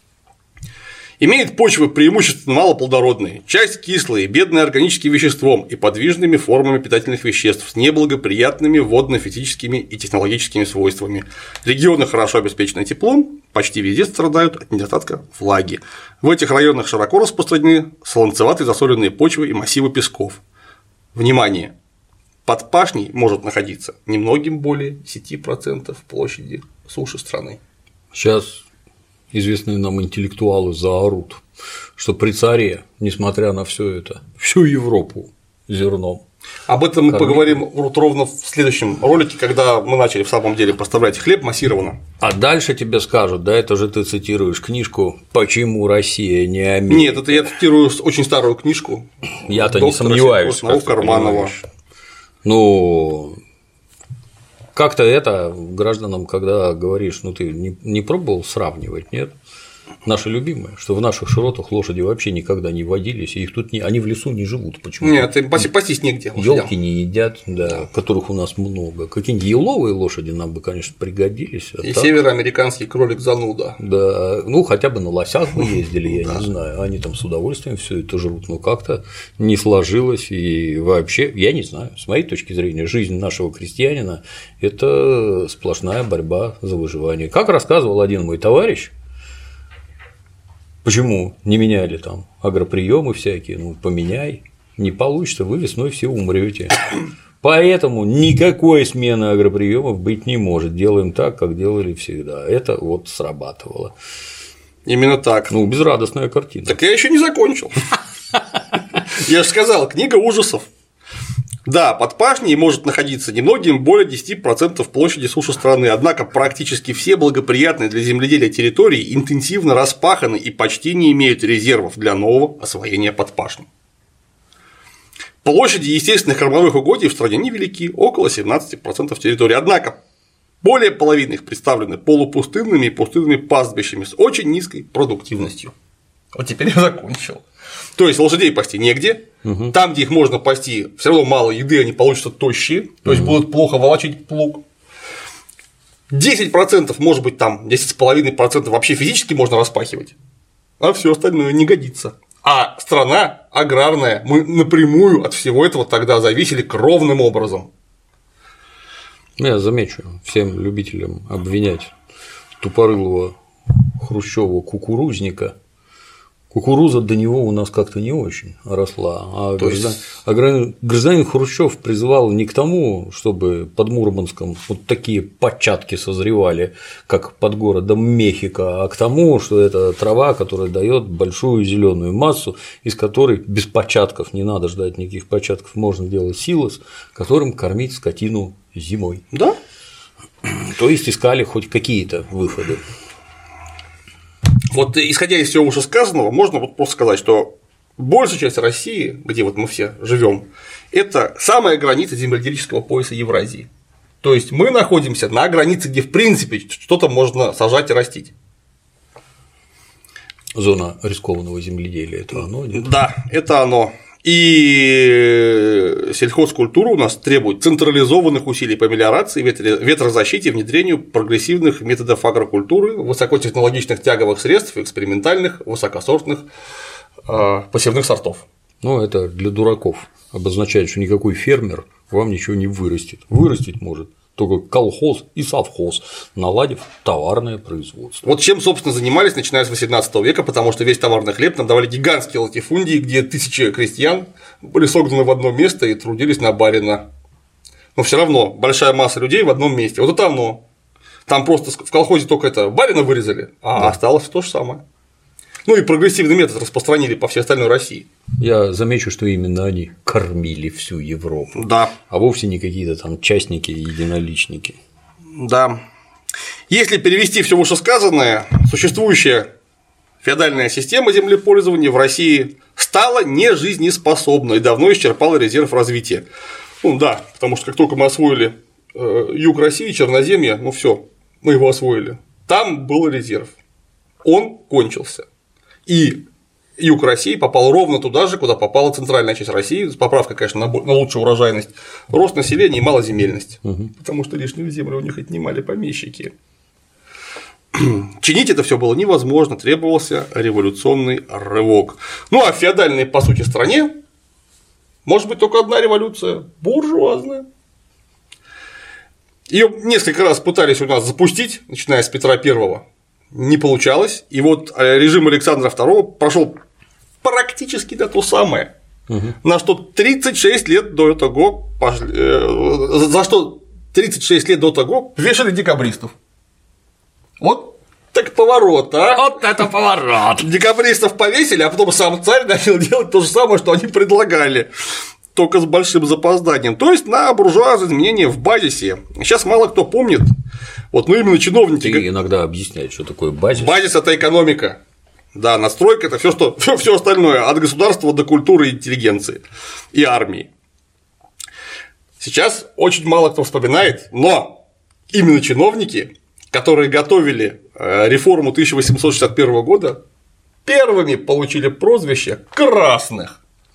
Имеет почвы преимущественно малоплодородные, часть кислые, бедные органическим веществом и подвижными формами питательных веществ с неблагоприятными водно-физическими и технологическими свойствами. Регионы хорошо обеспечены теплом, почти везде страдают от недостатка влаги. В этих районах широко распространены сланцеватые засоленные почвы и массивы песков. Внимание! Под пашней может находиться немногим более десять процентов площади суши страны. Сейчас известные нам интеллектуалы заорут, что при царе, несмотря на все это, всю Европу зерном. Об этом мы кормили. поговорим вот ровно в следующем ролике, когда мы начали в самом деле поставлять хлеб массированно. А дальше тебе скажут, да это же ты цитируешь книжку «Почему Россия не Америка». Нет, это я цитирую очень старую книжку. Я-то не сомневаюсь. Наук Карманова. Ну, как-то это гражданам, когда говоришь, ну ты не, не пробовал сравнивать, нет? Наши любимые, что в наших широтах лошади вообще никогда не водились, и их тут не, они в лесу не живут почему-то. Нет, им пастись негде. Ёлки не едят, да, да, которых у нас много. Какие-нибудь еловые лошади нам бы, конечно, пригодились. А и так... североамериканский кролик зануда. Да, ну хотя бы на лосях бы ездили, я не знаю. Они там с удовольствием все это жрут, но как-то не сложилось. И вообще, я не знаю, с моей точки зрения, жизнь нашего крестьянина – это сплошная борьба за выживание. Как рассказывал один мой товарищ. Почему не меняли там агроприемы всякие? Ну, поменяй, не получится, вы весной все умрете. Поэтому никакой смены агроприемов быть не может. Делаем так, как делали всегда. Это вот срабатывало. Именно так. Ну, безрадостная картина. Так я еще не закончил. Я же сказал, книга ужасов. Да, под пашней может находиться немногим более десяти процентов площади суши страны, однако практически все благоприятные для земледелия территории интенсивно распаханы и почти не имеют резервов для нового освоения под пашней. Площади естественных кормовых угодий в стране невелики, около семнадцати процентов территории, однако более половины их представлены полупустынными и пустынными пастбищами с очень низкой продуктивностью. Вот теперь я закончил. То есть лошадей пасти негде, угу. Там, где их можно пасти, все равно мало еды, они получатся тощие, то есть угу. Будут плохо волочить плуг. десять процентов, может быть, там десять целых пять десятых процента вообще физически можно распахивать, а все остальное не годится. А страна аграрная, мы напрямую от всего этого тогда зависели кровным образом. Я замечу всем любителям обвинять тупорылого Хрущёва кукурузника. Кукуруза до него у нас как-то не очень росла, а, граждан... есть... а гражданин Хрущёв призывал не к тому, чтобы под Мурманском вот такие початки созревали, как под городом Мехико, а к тому, что это трава, которая дает большую зеленую массу, из которой без початков, не надо ждать никаких початков, можно делать силос, которым кормить скотину зимой. Да? То есть искали хоть какие-то выходы. Вот исходя из всего вышесказанного, можно вот просто сказать, что большая часть России, где вот мы все живем, это самая граница земледелического пояса Евразии. То есть мы находимся на границе, где в принципе что-то можно сажать и растить. Зона рискованного земледелия – это оно, нет? Да, это оно. И сельхозкультура у нас требует централизованных усилий по мелиорации, ветрозащите, внедрению прогрессивных методов агрокультуры, высокотехнологичных тяговых средств, экспериментальных, высокосортных посевных сортов. Ну, это для дураков обозначает, что никакой фермер вам ничего не вырастет. Вырастить может только колхоз и совхоз, наладив товарное производство. Вот чем, собственно, занимались, начиная с восемнадцатого века, потому что весь товарный хлеб нам давали гигантские латифундии, где тысячи крестьян были согнаны в одно место и трудились на барина. Но все равно большая масса людей в одном месте. Вот это оно. Там просто в колхозе только это барина вырезали, а да. осталось то же самое. Ну и прогрессивный метод распространили по всей остальной России. Я замечу, что именно они кормили всю Европу. Да. А вовсе не какие-то там частники и единоличники. Да. Если перевести все вышесказанное, существующая феодальная система землепользования в России стала нежизнеспособной и давно исчерпала резерв развития. Ну да, потому что как только мы освоили юг России, Черноземье, ну все, мы его освоили. Там был резерв. Он кончился. И юг России попал ровно туда же, куда попала центральная часть России, с поправкой, конечно, на лучшую урожайность, рост населения и малоземельность, угу. потому что лишнюю землю у них отнимали помещики. Чинить это все было невозможно, требовался революционный рывок. Ну а в феодальной, по сути, стране может быть только одна революция – буржуазная. Ее несколько раз пытались у нас запустить, начиная с Петра Первого. Не получалось. И вот режим Александра Второго прошел практически на то самое. Угу. На что тридцать шесть лет до того пошли, э, за что тридцать шесть лет до того вешали декабристов. Вот так поворот, а? Вот это поворот! Декабристов повесили, а потом сам царь начал делать то же самое, что они предлагали. Только с большим запозданием. То есть на буржуазные изменения в базисе. Сейчас мало кто помнит. Вот, ну именно чиновники. Ты иногда объясняешь, что такое базис. Базис – это экономика. Да, настройка – это все, что все остальное, от государства до культуры и интеллигенции и армии. Сейчас очень мало кто вспоминает, но именно чиновники, которые готовили реформу тысяча восемьсот шестьдесят первого года, первыми получили прозвище красных.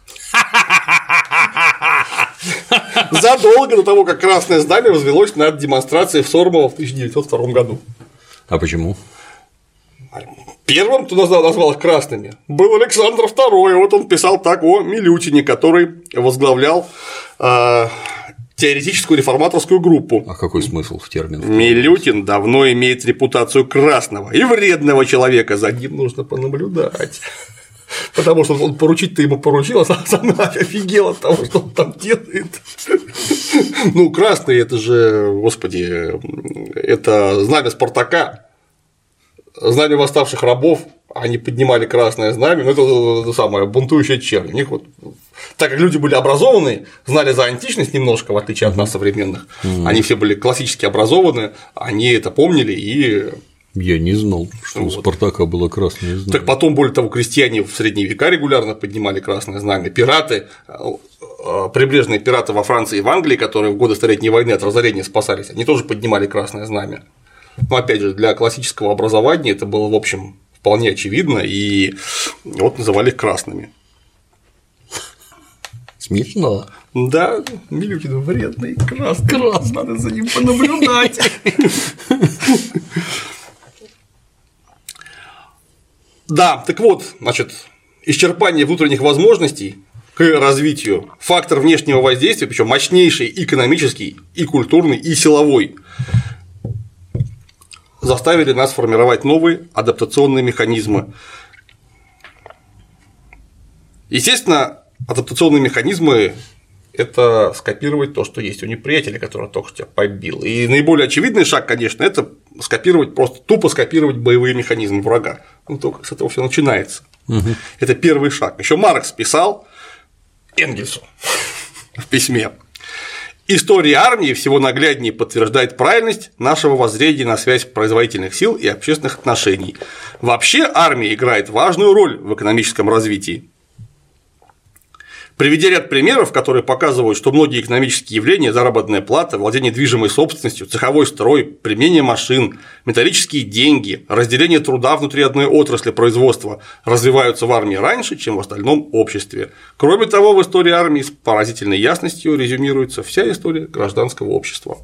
Задолго до того, как Красное Знамя возвелось над демонстрацией в Сормово в тысяча девятьсот втором году. А почему? Первым, кто назвал их красными, был Александр Второй. Вот он писал так о Милютине, который возглавлял э, теоретическую реформаторскую группу. А какой смысл в терминах? Милютин давно имеет репутацию красного и вредного человека, за ним нужно понаблюдать. Потому что он поручить-то ему поручил, а сам офигел от того, что он там делает. Ну, красный – это же, господи, это знамя Спартака, знамя восставших рабов, они поднимали красное знамя, ну, это, это самое, бунтующая чернь. У них вот, так как люди были образованы, знали за античность немножко, в отличие от нас современных, mm-hmm. они все были классически образованы, они это помнили и… Я не знал, что вот. У Спартака было красное знамя. Так потом, более того, крестьяне в средние века регулярно поднимали красное знамя. Пираты, прибрежные пираты во Франции и в Англии, которые в годы Столетней войны от разорения спасались, они тоже поднимали красное знамя. Но опять же, для классического образования это было, в общем, вполне очевидно, и вот называли их красными. Смешно. Да, Милютин вредный, красный, красный, надо за ним понаблюдать. Да, так вот, значит, исчерпание внутренних возможностей к развитию, фактор внешнего воздействия, причем мощнейший экономический, и культурный, и силовой, заставили нас формировать новые адаптационные механизмы. Естественно, адаптационные механизмы – это скопировать то, что есть у неприятеля, который только что тебя побил. И наиболее очевидный шаг, конечно, это скопировать, просто тупо скопировать боевые механизмы врага. Ну, только с этого все начинается. Угу. Это первый шаг. Еще Маркс писал Энгельсу в письме: «История армии всего нагляднее подтверждает правильность нашего воззрения на связь производительных сил и общественных отношений. Вообще армия играет важную роль в экономическом развитии». Приведя ряд примеров, которые показывают, что многие экономические явления – заработная плата, владение движимой собственностью, цеховой строй, применение машин, металлические деньги, разделение труда внутри одной отрасли производства – развиваются в армии раньше, чем в остальном обществе. Кроме того, в истории армии с поразительной ясностью резюмируется вся история гражданского общества.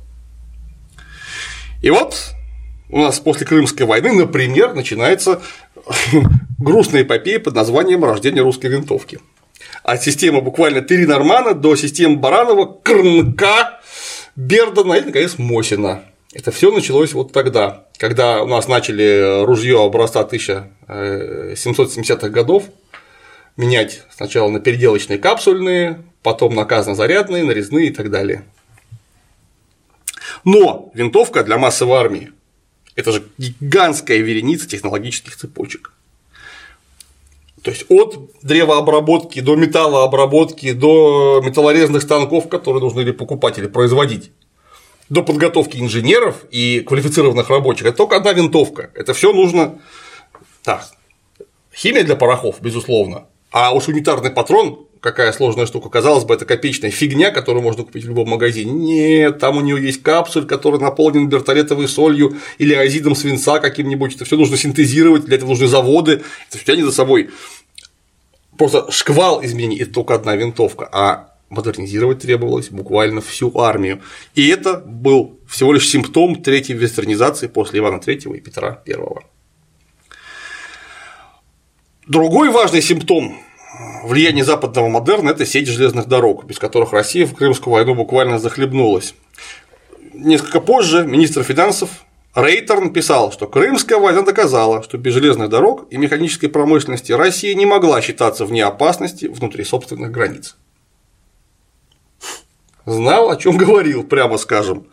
И вот у нас после Крымской войны, например, начинается грустная эпопея под названием «Рождение русской винтовки». От системы буквально Терри Нормана до системы Баранова, Крнка, Бердана и, наконец, Мосина. Это все началось вот тогда, когда у нас начали ружье образца тысяча семьсот семидесятых годов менять сначала на переделочные капсульные, потом на казнозарядные, нарезные и так далее. Но винтовка для массовой армии Это же гигантская вереница технологических цепочек. То есть от древообработки до металлообработки, до металлорезных станков, которые нужно или покупать, или производить, до подготовки инженеров и квалифицированных рабочих. Это только одна винтовка. Это все нужно. Так, химия для порохов, безусловно. А уж унитарный патрон, какая сложная штука, казалось бы, это копеечная фигня, которую можно купить в любом магазине. Нет, там у него есть капсуль, который наполнен бертолетовой солью или азидом свинца каким-нибудь. Это все нужно синтезировать, для этого нужны заводы. Это все тянет за собой просто шквал изменений. Это только одна винтовка. А модернизировать требовалось буквально всю армию. И это был всего лишь симптом третьей вестернизации после Ивана Третьего и Петра Первого. Другой важный симптом влияния западного модерна – это сеть железных дорог, без которых Россия в Крымскую войну буквально захлебнулась. Несколько позже министр финансов Рейтерн писал, что Крымская война доказала, что без железных дорог и механической промышленности Россия не могла считаться вне опасности внутри собственных границ. Знал, о чем говорил, прямо скажем.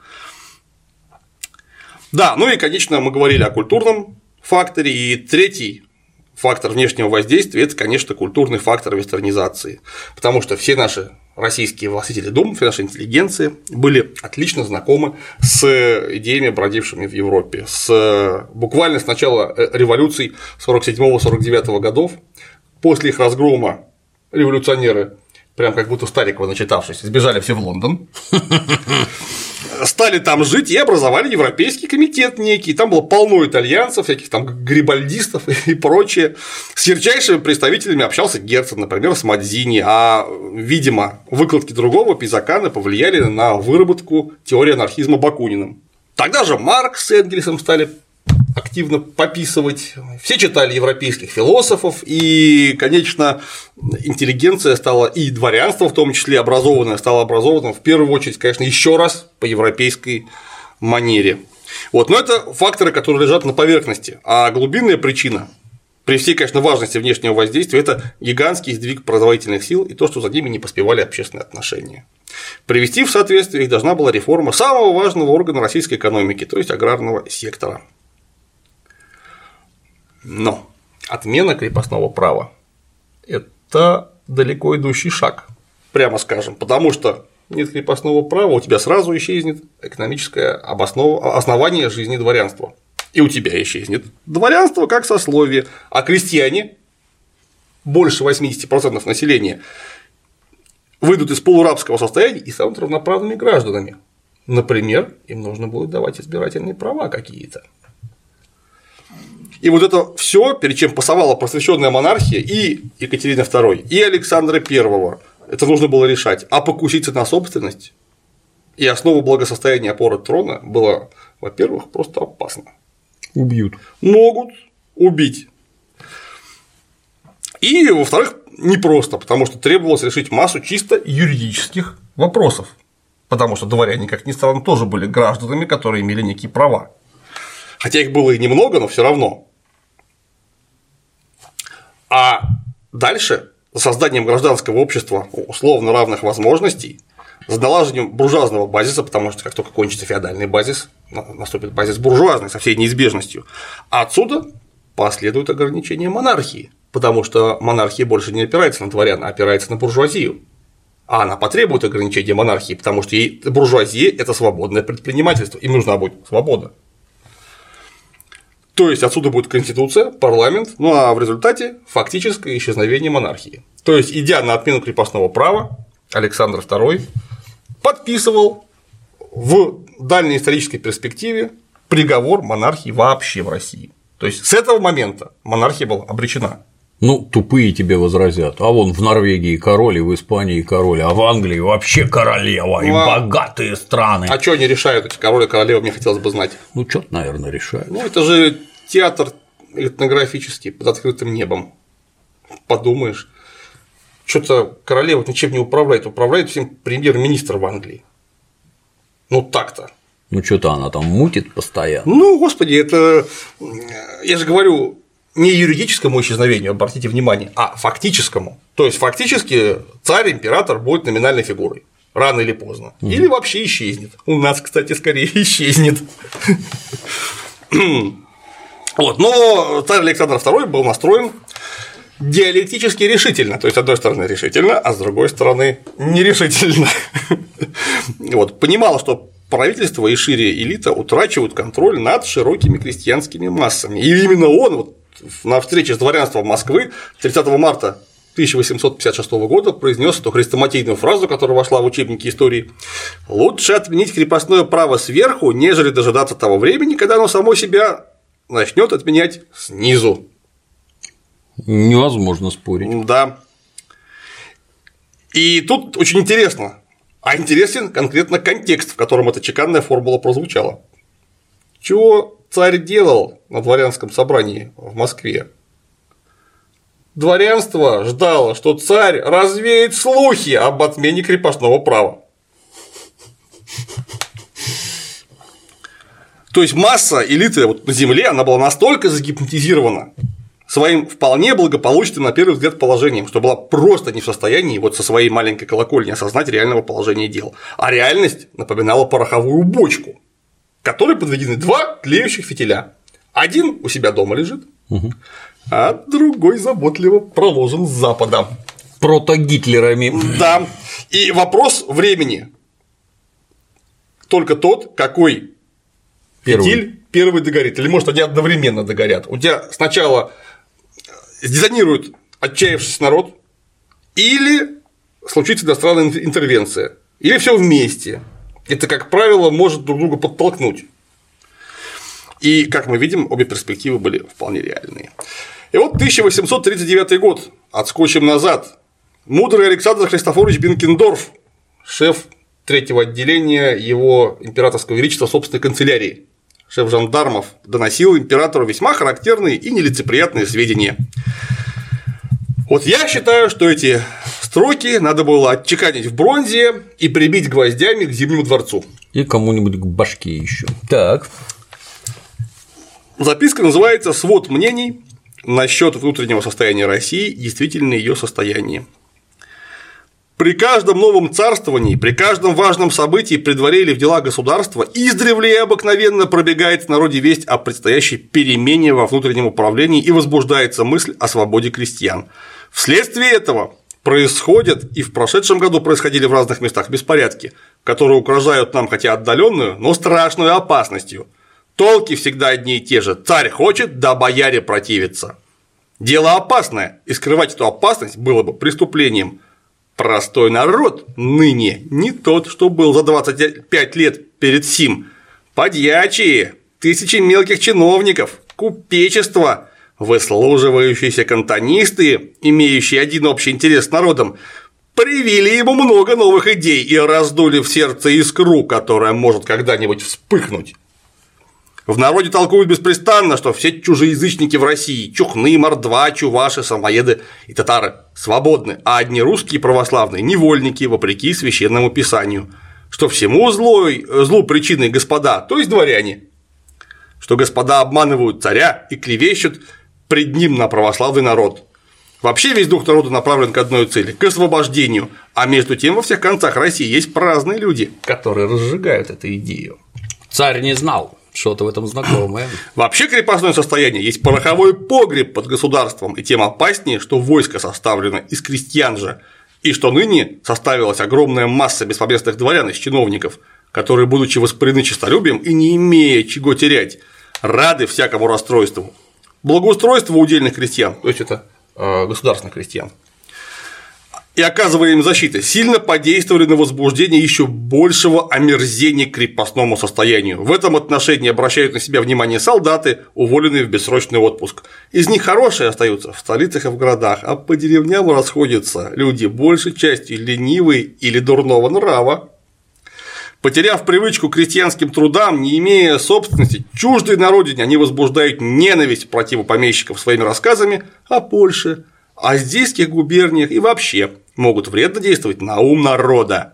Да, ну и, конечно, мы говорили о культурном факторе, и третий фактор внешнего воздействия – это, конечно, культурный фактор вестернизации, потому что все наши российские властители дум, все наши интеллигенции были отлично знакомы с идеями, бродившими в Европе, с буквально с начала революций сорок седьмого — сорок девятого годов. После их разгрома революционеры, прям как будто Старикова начитавшись, сбежали все в Лондон, стали там жить и образовали Европейский комитет некий. Там было полно итальянцев, всяких там гарибальдистов и прочее. С ярчайшими представителями общался Герцен, например, с Мадзини, а, видимо, выкладки другого Пизакана повлияли на выработку теории анархизма Бакуниным. Тогда же Маркс с Энгельсом стали активно пописывать, все читали европейских философов, и, конечно, интеллигенция стала, и дворянство в том числе образованное, стало образованным в первую очередь, конечно, еще раз по европейской манере. Вот. Но это факторы, которые лежат на поверхности, а глубинная причина, при всей, конечно, важности внешнего воздействия, это гигантский сдвиг производительных сил и то, что за ними не поспевали общественные отношения. Привести в соответствие их должна была реформа самого важного органа российской экономики, то есть аграрного сектора. Но отмена крепостного права – это далеко идущий шаг, прямо скажем, потому что нет крепостного права, у тебя сразу исчезнет экономическое обоснов... основание жизни дворянства, и у тебя исчезнет дворянство как сословие, а крестьяне, больше восемьдесят процентов населения, выйдут из полурабского состояния и станут равноправными гражданами. Например, им нужно будет давать избирательные права какие-то. И вот это все, перед чем пасовала просвещенная монархия и Екатерина вторая, и Александра первого, это нужно было решать. А покуситься на собственность и основу благосостояния опоры трона было, во-первых, просто опасно. Убьют. Могут убить. И, во-вторых, непросто, потому что требовалось решить массу чисто юридических вопросов. Потому что дворяне, как ни странно, тоже были гражданами, которые имели некие права. Хотя их было и немного, но все равно. А дальше за созданием гражданского общества условно равных возможностей, за налаживанием буржуазного базиса, потому что как только кончится феодальный базис, наступит базис буржуазный со всей неизбежностью, а отсюда последуют ограничения монархии, потому что монархия больше не опирается на дворян, а опирается на буржуазию. А она потребует ограничения монархии, потому что ей буржуазия – это свободное предпринимательство, им нужна будет свобода. То есть отсюда будет конституция, парламент, ну а в результате фактическое исчезновение монархии. То есть, идя на отмену крепостного права, Александр второй подписывал в дальней исторической перспективе приговор монархии вообще в России. То есть с этого момента монархия была обречена. Ну, тупые тебе возразят. А вон в Норвегии король, и в Испании король, а в Англии вообще королева, и а... богатые страны. А что они решают, эти короли и королевы, мне хотелось бы знать. Ну, что-то, наверное, решают. Ну, это же театр этнографический под открытым небом. Подумаешь. Что-то королева ничем не управляет, управляет всем премьер-министр в Англии. Ну, так-то. Ну, что-то она там мутит постоянно. Ну, господи, это. Я же говорю. Не юридическому исчезновению, обратите внимание, а фактическому. То есть, фактически царь, император будет номинальной фигурой. Рано или поздно. Или вообще исчезнет. У нас, кстати, скорее исчезнет. Вот, но царь Александр второй был настроен диалектически решительно, то есть, с одной стороны, решительно, а с другой стороны, нерешительно. Вот, понимал, что правительство и шире элита утрачивают контроль над широкими крестьянскими массами. И именно он вот, на встрече с дворянством Москвы тридцатого марта тысяча восемьсот пятьдесят шестого года произнес эту хрестоматийную фразу, которая вошла в учебники истории: «Лучше отменить крепостное право сверху, нежели дожидаться того времени, когда оно само себя начнет отменять снизу». Невозможно спорить. Да. И тут очень интересно, а интересен конкретно контекст, в котором эта чеканная формула прозвучала. Чего царь делал на дворянском собрании в Москве? Дворянство ждало, что царь развеет слухи об отмене крепостного права. То есть масса элиты вот на земле, она была настолько загипнотизирована своим вполне благополучным на первый взгляд положением, что была просто не в состоянии вот со своей маленькой колокольни осознать реального положения дел. А реальность напоминала пороховую бочку, к которой подведены два тлеющих фитиля. Один у себя дома лежит, угу. а другой заботливо проложен с запада. Прото-гитлерами. Да. И вопрос времени только тот, какой первый. Фитиль первый догорит. Или может они одновременно догорят. У тебя сначала сдезонирует отчаявшийся народ, или случится иностранная интервенция, или все вместе. Это, как правило, может друг друга подтолкнуть. И, как мы видим, обе перспективы были вполне реальные. И вот тысяча восемьсот тридцать девятый год, отскочим назад. Мудрый Александр Христофорович Бенкендорф, шеф третьего отделения его императорского величества собственной канцелярии, шеф жандармов, доносил императору весьма характерные и нелицеприятные сведения. Вот я считаю, что эти строки надо было отчеканить в бронзе и прибить гвоздями к Зимнему дворцу. И кому-нибудь к башке еще. Так. Записка называется «Свод мнений насчет внутреннего состояния России, действительно ее состояние». При каждом новом царствовании, при каждом важном событии при дворе или в делах государства издревле и обыкновенно пробегает в народе весть о предстоящей перемене во внутреннем управлении и возбуждается мысль о свободе крестьян. Вследствие этого происходят и в прошедшем году происходили в разных местах беспорядки, которые угрожают нам хотя отдаленную, но страшную опасностью. Толки всегда одни и те же: царь хочет, да бояре противятся. Дело опасное, и скрывать эту опасность было бы преступлением. Простой народ ныне не тот, что был за двадцать пять лет перед сим. Подьячие, тысячи мелких чиновников, купечество, выслуживающиеся кантонисты, имеющие один общий интерес с народом, привили ему много новых идей и раздули в сердце искру, которая может когда-нибудь вспыхнуть. В народе толкуют беспрестанно, что все чужеязычники в России – чухны, мордва, чуваши, самоеды и татары – свободны, а одни русские православные – невольники, вопреки священному писанию, что всему злой, злу причиной господа, то есть дворяне, что господа обманывают царя и клевещут пред ним на православный народ. Вообще весь дух народа направлен к одной цели – к освобождению, а между тем во всех концах России есть праздные люди, которые разжигают эту идею. Царь не знал. Что-то в этом знакомое. Вообще крепостное состояние есть пороховой погреб под государством, и тем опаснее, что войско составлено из крестьян же, и что ныне составилась огромная масса беспоместных дворян из чиновников, которые, будучи воспалены честолюбием и не имея чего терять, рады всякому расстройству. Благоустройство удельных крестьян, то есть это э, государственных крестьян, и оказывая им защиту, сильно подействовали на возбуждение еще большего омерзения к крепостному состоянию. В этом отношении обращают на себя внимание солдаты, уволенные в бессрочный отпуск. Из них хорошие остаются в столицах и в городах, а по деревням расходятся люди большей частью ленивые или дурного нрава. Потеряв привычку к крестьянским трудам, не имея собственности, чуждые на родине, они возбуждают ненависть противопомещиков своими рассказами о Польше, о здейских губерниях и вообще могут вредно действовать на ум народа.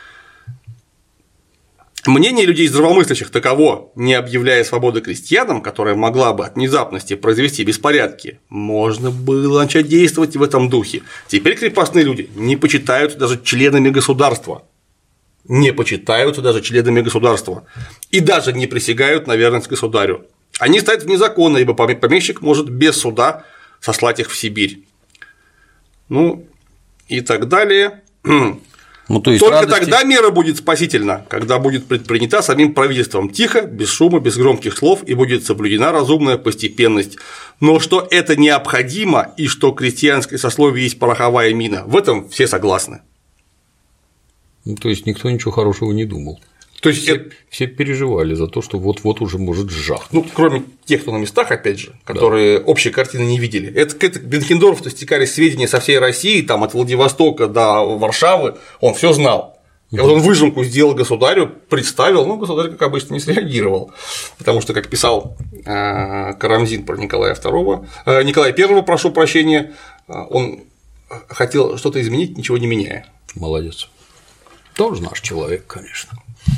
Мнение людей здравомыслящих таково: не объявляя свободы крестьянам, которая могла бы от внезапности произвести беспорядки, можно было начать действовать в этом духе. Теперь крепостные люди не почитаются даже членами государства, не почитаются даже членами государства и даже не присягают на верность государю. Они стоят вне закона, ибо помещик может без суда сослать их в Сибирь. Ну и так далее. Ну, то есть Только радости... тогда мера будет спасительна, когда будет предпринята самим правительством тихо, без шума, без громких слов и будет соблюдена разумная постепенность. Но что это необходимо и что крестьянское сословие есть пороховая мина, в этом все согласны. Ну, то есть никто ничего хорошего не думал. То есть все, это... все переживали за то, что вот-вот уже может сжахнуть. Ну, кроме тех, кто на местах, опять же, которые да. общей картины не видели. Это к Бенкендорфу стекались сведения со всей России, там от Владивостока до Варшавы, он все знал. И вот он выжимку сделал государю, представил, ну, государь, как обычно, не среагировал, потому что, как писал Карамзин про Николая второго, Николая первого, прошу прощения, он хотел что-то изменить, ничего не меняя. Молодец. Тоже наш человек, конечно.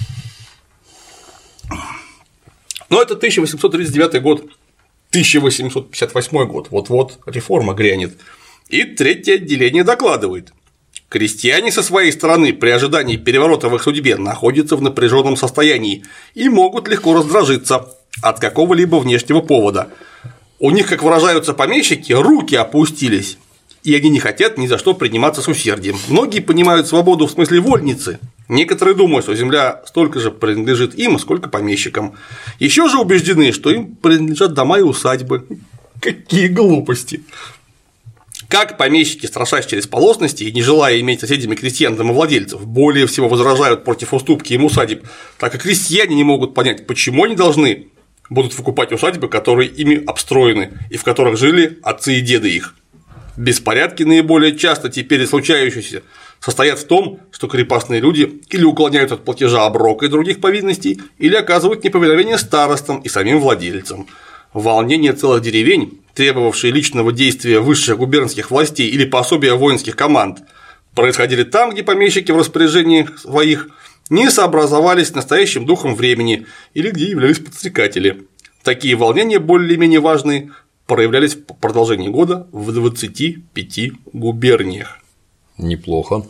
Но это тысяча восемьсот тридцать девятый год, тысяча восемьсот пятьдесят восьмой год, вот-вот реформа грянет. И третье отделение докладывает. Крестьяне со своей стороны при ожидании переворота в их судьбе находятся в напряженном состоянии и могут легко раздражиться от какого-либо внешнего повода. У них, как выражаются помещики, руки опустились, и они не хотят ни за что приниматься с усердием. Многие понимают свободу в смысле вольницы. Некоторые думают, что земля столько же принадлежит им, сколько помещикам. Еще же убеждены, что им принадлежат дома и усадьбы. Какие глупости! Как помещики, страшась через полосности и не желая иметь соседями крестьян домовладельцев, более всего возражают против уступки им усадеб, так и крестьяне не могут понять, почему они должны будут выкупать усадьбы, которые ими обстроены и в которых жили отцы и деды их. Беспорядки, наиболее часто теперь случающиеся, состоят в том, что крепостные люди или уклоняются от платежа оброка и других повинностей, или оказывают неповиновение старостам и самим владельцам. Волнение целых деревень, требовавшие личного действия высших губернских властей или пособия воинских команд, происходили там, где помещики в распоряжении своих не сообразовались с настоящим духом времени или где являлись подстрекатели. Такие волнения, более-менее важные, проявлялись в продолжении года в двадцати пяти губерниях. Неплохо.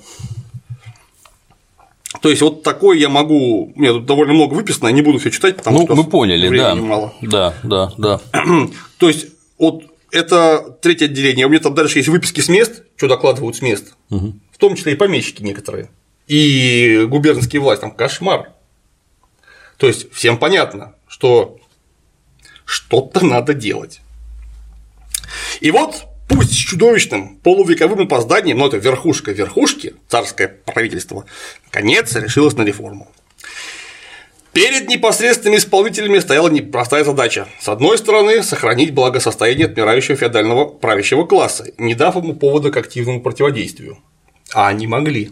То есть вот такое я могу, у меня тут довольно много выписано, я не буду все читать, потому ну, что мы поняли, времени да. мало. Да, да, да. То есть вот это третье отделение, у меня там дальше есть выписки с мест, что докладывают с мест, угу. В том числе и помещики некоторые, и губернские власти, там кошмар. То есть всем понятно, что что-то надо делать. И вот пусть с чудовищным полувековым опозданием, но это верхушка верхушки, царское правительство, наконец решилось на реформу. Перед непосредственными исполнителями стояла непростая задача. С одной стороны, сохранить благосостояние отмирающего феодального правящего класса, не дав ему повода к активному противодействию. А они могли.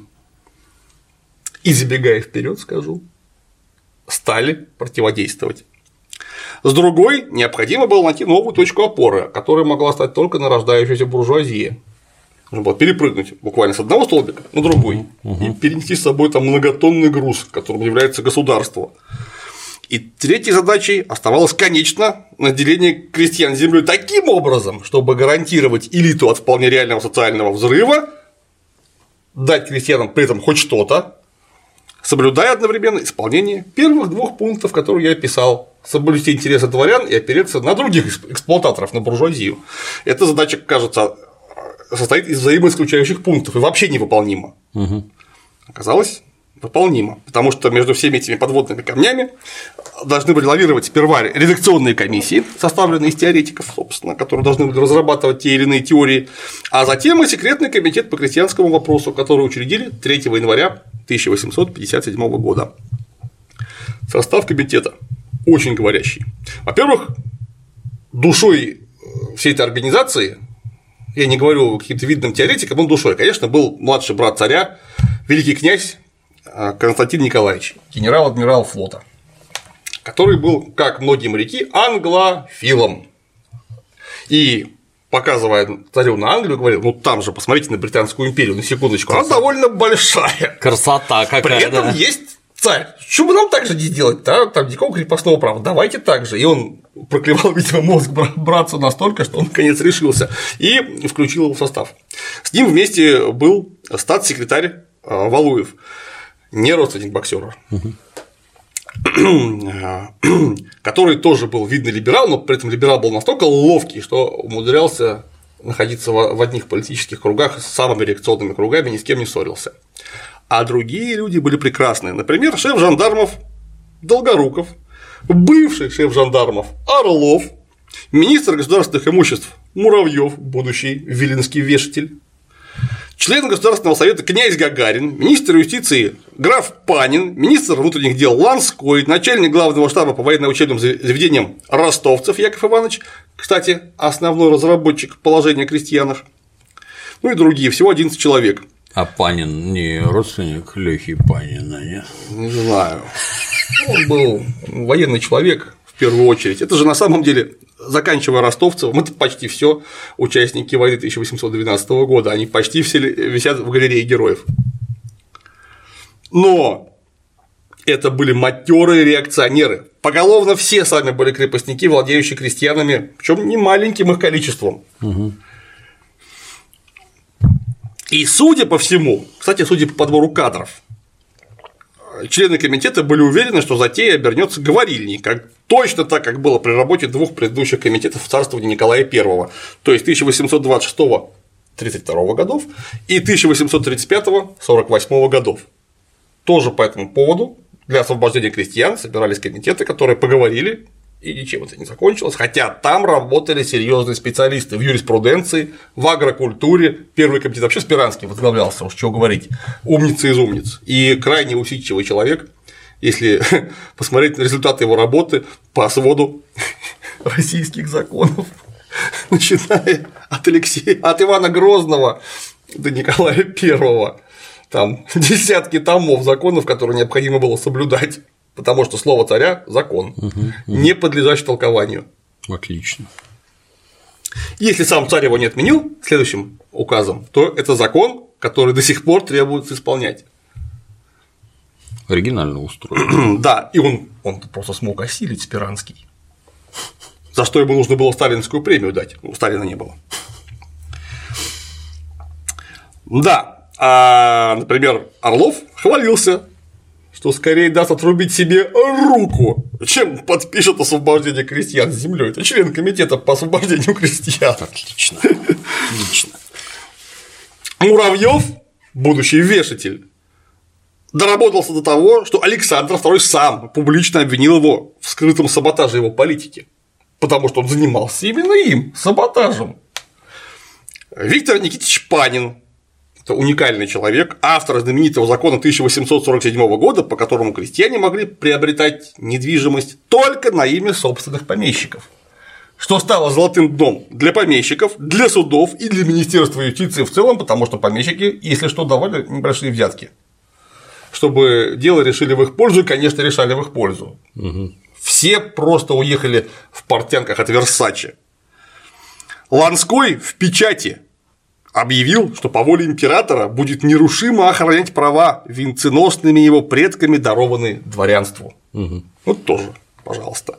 И забегая вперед, скажу, стали противодействовать. С другой, необходимо было найти новую точку опоры, которая могла стать только нарождающейся буржуазия. Нужно было перепрыгнуть буквально с одного столбика на другой uh-huh. и перенести с собой там многотонный груз, которым является государство. И третьей задачей оставалось, конечно, наделение крестьян землей таким образом, чтобы гарантировать элиту от вполне реального социального взрыва, дать крестьянам при этом хоть что-то, соблюдая одновременно исполнение первых двух пунктов, которые я описал. Соблюсти интересы дворян и опереться на других эксплуататоров, на буржуазию. Эта задача, кажется, состоит из взаимоисключающих пунктов и вообще невыполнима. Угу. Оказалось, выполнима, потому что между всеми этими подводными камнями должны были лавировать сперва редакционные комиссии, составленные из теоретиков, собственно, которые должны были разрабатывать те или иные теории, а затем и секретный комитет по крестьянскому вопросу, который учредили третьего января тысяча восемьсот пятьдесят седьмого года. Состав комитета очень говорящий. Во-первых, душой всей этой организации, я не говорю каким-то видным теоретикам, он душой, конечно, был младший брат царя, великий князь Константин Николаевич, генерал-адмирал флота, который был, как многие моряки, англофилом. И, показывая царю на Англию, говорил: ну там же, посмотрите на Британскую империю, на секундочку, она довольно большая. Красота какая. При этом да. есть царь. Что бы нам так же не делать? Да? Там никакого крепостного права. Давайте так же. И он проклевал, видимо, мозг братцу настолько, что он наконец решился и включил его в состав. С ним вместе был статс-секретарь Валуев, не родственник боксера. Угу. который тоже был видный либерал, но при этом либерал был настолько ловкий, что умудрялся находиться в одних политических кругах с самыми реакционными кругами, ни с кем не ссорился. А другие люди были прекрасные. Например, шеф жандармов Долгоруков, бывший шеф жандармов Орлов, министр государственных имуществ Муравьев, будущий виленский вешатель, член Государственного совета князь Гагарин, министр юстиции граф Панин, министр внутренних дел Ланской, начальник главного штаба по военно-учебным заведениям Ростовцев Яков Иванович, кстати, основной разработчик положения о крестьянах, ну и другие, всего одиннадцать человек. А Панин не родственник Лёхи Панина, нет? Не знаю. Он был военный человек в первую очередь. Это же на самом деле, заканчивая Ростовцевым, это почти все участники войны тысяча восемьсот двенадцатого года, они почти все висят в галерее героев. Но это были матерые реакционеры. Поголовно все сами были крепостники, владеющие крестьянами, причем не маленьким их количеством. Угу. И судя по всему, кстати, судя по подбору кадров, члены комитета были уверены, что затея обернется говорильней, как, точно так, как было при работе двух предыдущих комитетов в царствовании Николая Первого, то есть тысяча восемьсот двадцать шестого — тридцать второго годов и тысяча восемьсот тридцать пятого — сорок восьмого годов. Тоже по этому поводу для освобождения крестьян собирались комитеты, которые поговорили, и ничем это не закончилось, хотя там работали серьезные специалисты в юриспруденции, в агрокультуре. Первый комитет вообще Спиранский возглавлялся, уж чего говорить, умница из умниц, и крайне усидчивый человек, если посмотреть на результаты его работы по своду российских законов, начиная от Алексея, от Ивана Грозного до Николая Первого, там десятки томов законов, которые необходимо было соблюдать. Потому что слово царя – закон, угу, угу. не подлежащий толкованию. Отлично. Если сам царь его не отменил следующим указом, то это закон, который до сих пор требуется исполнять. Оригинально устроен. Да, и он, он просто смог осилить Спиранский, за что ему нужно было сталинскую премию дать. У Сталина не было. Да, а, например, Орлов хвалился, что скорее даст отрубить себе руку, чем подпишет освобождение крестьян с землей. Это член комитета по освобождению крестьян. Отлично. Отлично. Муравьев, будущий вешатель, доработался до того, что Александр Второй сам публично обвинил его в скрытом саботаже его политики, потому что он занимался именно им, саботажем. Виктор Никитич Панин. Это уникальный человек, автор знаменитого закона тысяча восемьсот сорок седьмого года, по которому крестьяне могли приобретать недвижимость только на имя собственных помещиков, что стало золотым дном для помещиков, для судов и для Министерства юстиции в целом, потому что помещики, если что, давали небольшие взятки, чтобы дело решили в их пользу и, конечно, решали в их пользу. Угу. Все просто уехали в портянках от Версаче. Ланской в печати объявил, что по воле императора будет нерушимо охранять права, венценосными его предками дарованные дворянству. Угу. Вот тоже, пожалуйста.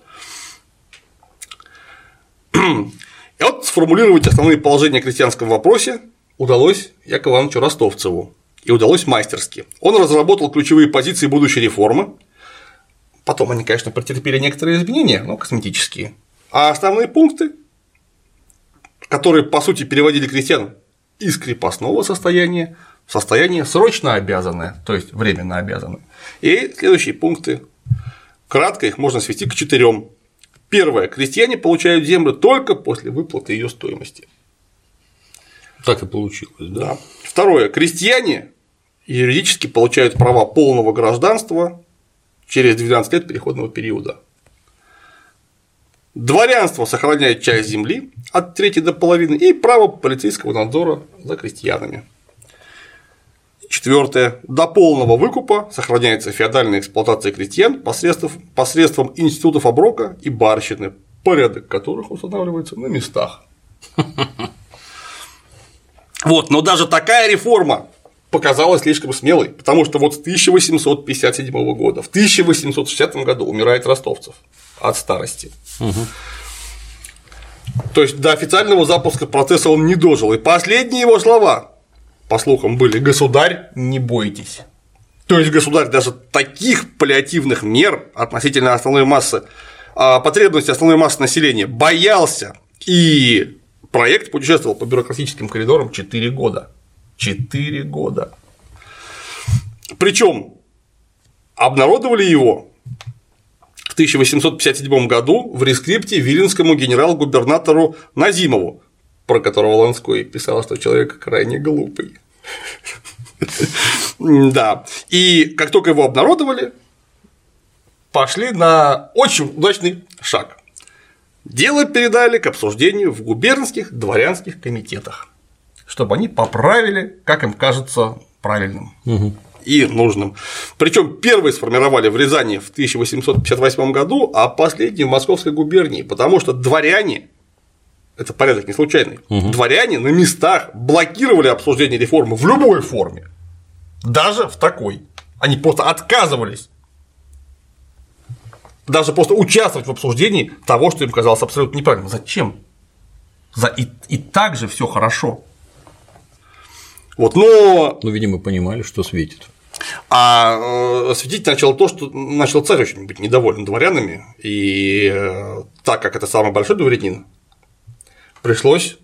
И вот сформулировать основные положения о крестьянском вопросе удалось Якову Ивановичу Ростовцеву. И удалось мастерски. Он разработал ключевые позиции будущей реформы. Потом они, конечно, претерпели некоторые изменения, но косметические. А основные пункты, которые, по сути, переводили крестьян из крепостного состояния в состояние срочно обязанное, то есть временно обязанное. И следующие пункты. Кратко их можно свести к четырем. Первое. Крестьяне получают землю только после выплаты ее стоимости. Так и получилось, да? Да. Второе. Крестьяне юридически получают права полного гражданства через двенадцать лет переходного периода. Дворянство сохраняет часть земли от трети до половины и право полицейского надзора за крестьянами. Четвертое. До полного выкупа сохраняется феодальная эксплуатация крестьян посредством, посредством институтов оброка и барщины, порядок которых устанавливается на местах. Вот, но даже такая реформа показалась слишком смелой, потому что вот с тысяча восемьсот пятьдесят седьмого года в тысяча восемьсот шестидесятом году умирает Ростовцев от старости. Угу. То есть до официального запуска процесса он не дожил. И последние его слова, по слухам, были: «Государь, не бойтесь». То есть государь даже таких паллиативных мер относительно основной массы, потребности основной массы населения боялся, и проект путешествовал по бюрократическим коридорам четыре года. четыре года. Причем обнародовали его в тысяча восемьсот пятьдесят седьмом году в рескрипте виленскому генерал-губернатору Назимову, про которого Ланской писал, что человек крайне глупый. Да. И как только его обнародовали, пошли на очень удачный шаг. Дело передали к обсуждению в губернских дворянских комитетах, чтобы они поправили, как им кажется, правильным угу. и нужным. Причем первые сформировали в Рязани в тысяча восемьсот пятьдесят восьмом году, а последний в Московской губернии, потому что дворяне, это порядок не случайный, угу. дворяне на местах блокировали обсуждение реформы в любой форме, даже в такой. Они просто отказывались даже просто участвовать в обсуждении того, что им казалось абсолютно неправильным. Зачем? За... И, и так же все хорошо. Вот, но. Ну, видимо, понимали, что светит. А э, светить начало то, что начал царь очень быть недоволен дворянами, и э, так как это самый большой дворянин, пришлось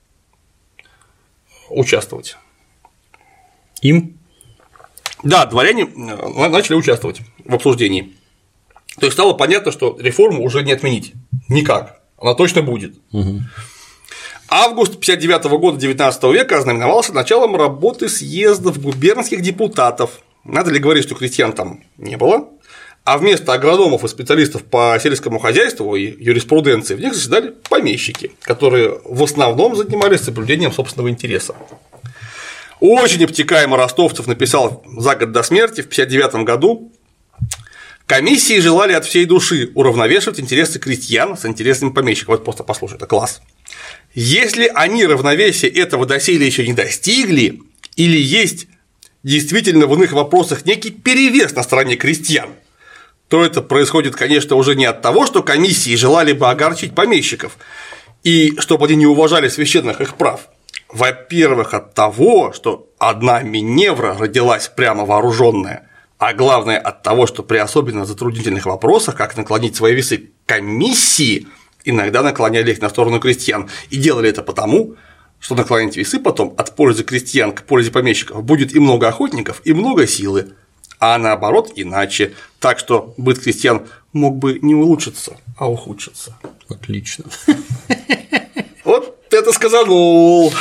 участвовать. Им? Да, дворяне начали участвовать в обсуждении. То есть стало понятно, что реформу уже не отменить никак, она точно будет. Угу. Август пятьдесят девятого года девятнадцатого века ознаменовался началом работы съездов губернских депутатов. Надо ли говорить, что крестьян там не было, а вместо агрономов и специалистов по сельскому хозяйству и юриспруденции в них заседали помещики, которые в основном занимались соблюдением собственного интереса. Очень обтекаемо Ростовцев написал за год до смерти в пятьдесят девятом году: комиссии желали от всей души уравновешивать интересы крестьян с интересами помещиков. Вот просто послушай, это класс. Если они равновесия этого доселе еще не достигли, или есть действительно в иных вопросах некий перевес на стороне крестьян, то это происходит, конечно, уже не от того, что комиссии желали бы огорчить помещиков, и чтобы они не уважали священных их прав. Во-первых, от того, что одна Миневра родилась прямо вооруженная, а главное от того, что при особенно затруднительных вопросах, как наклонить свои весы, комиссии иногда наклоняли их на сторону крестьян, и делали это потому, что наклонить весы потом от пользы крестьян к пользе помещиков будет и много охотников, и много силы, а наоборот иначе, так что быт крестьян мог бы не улучшиться, а ухудшиться. Отлично. Вот это сказанул.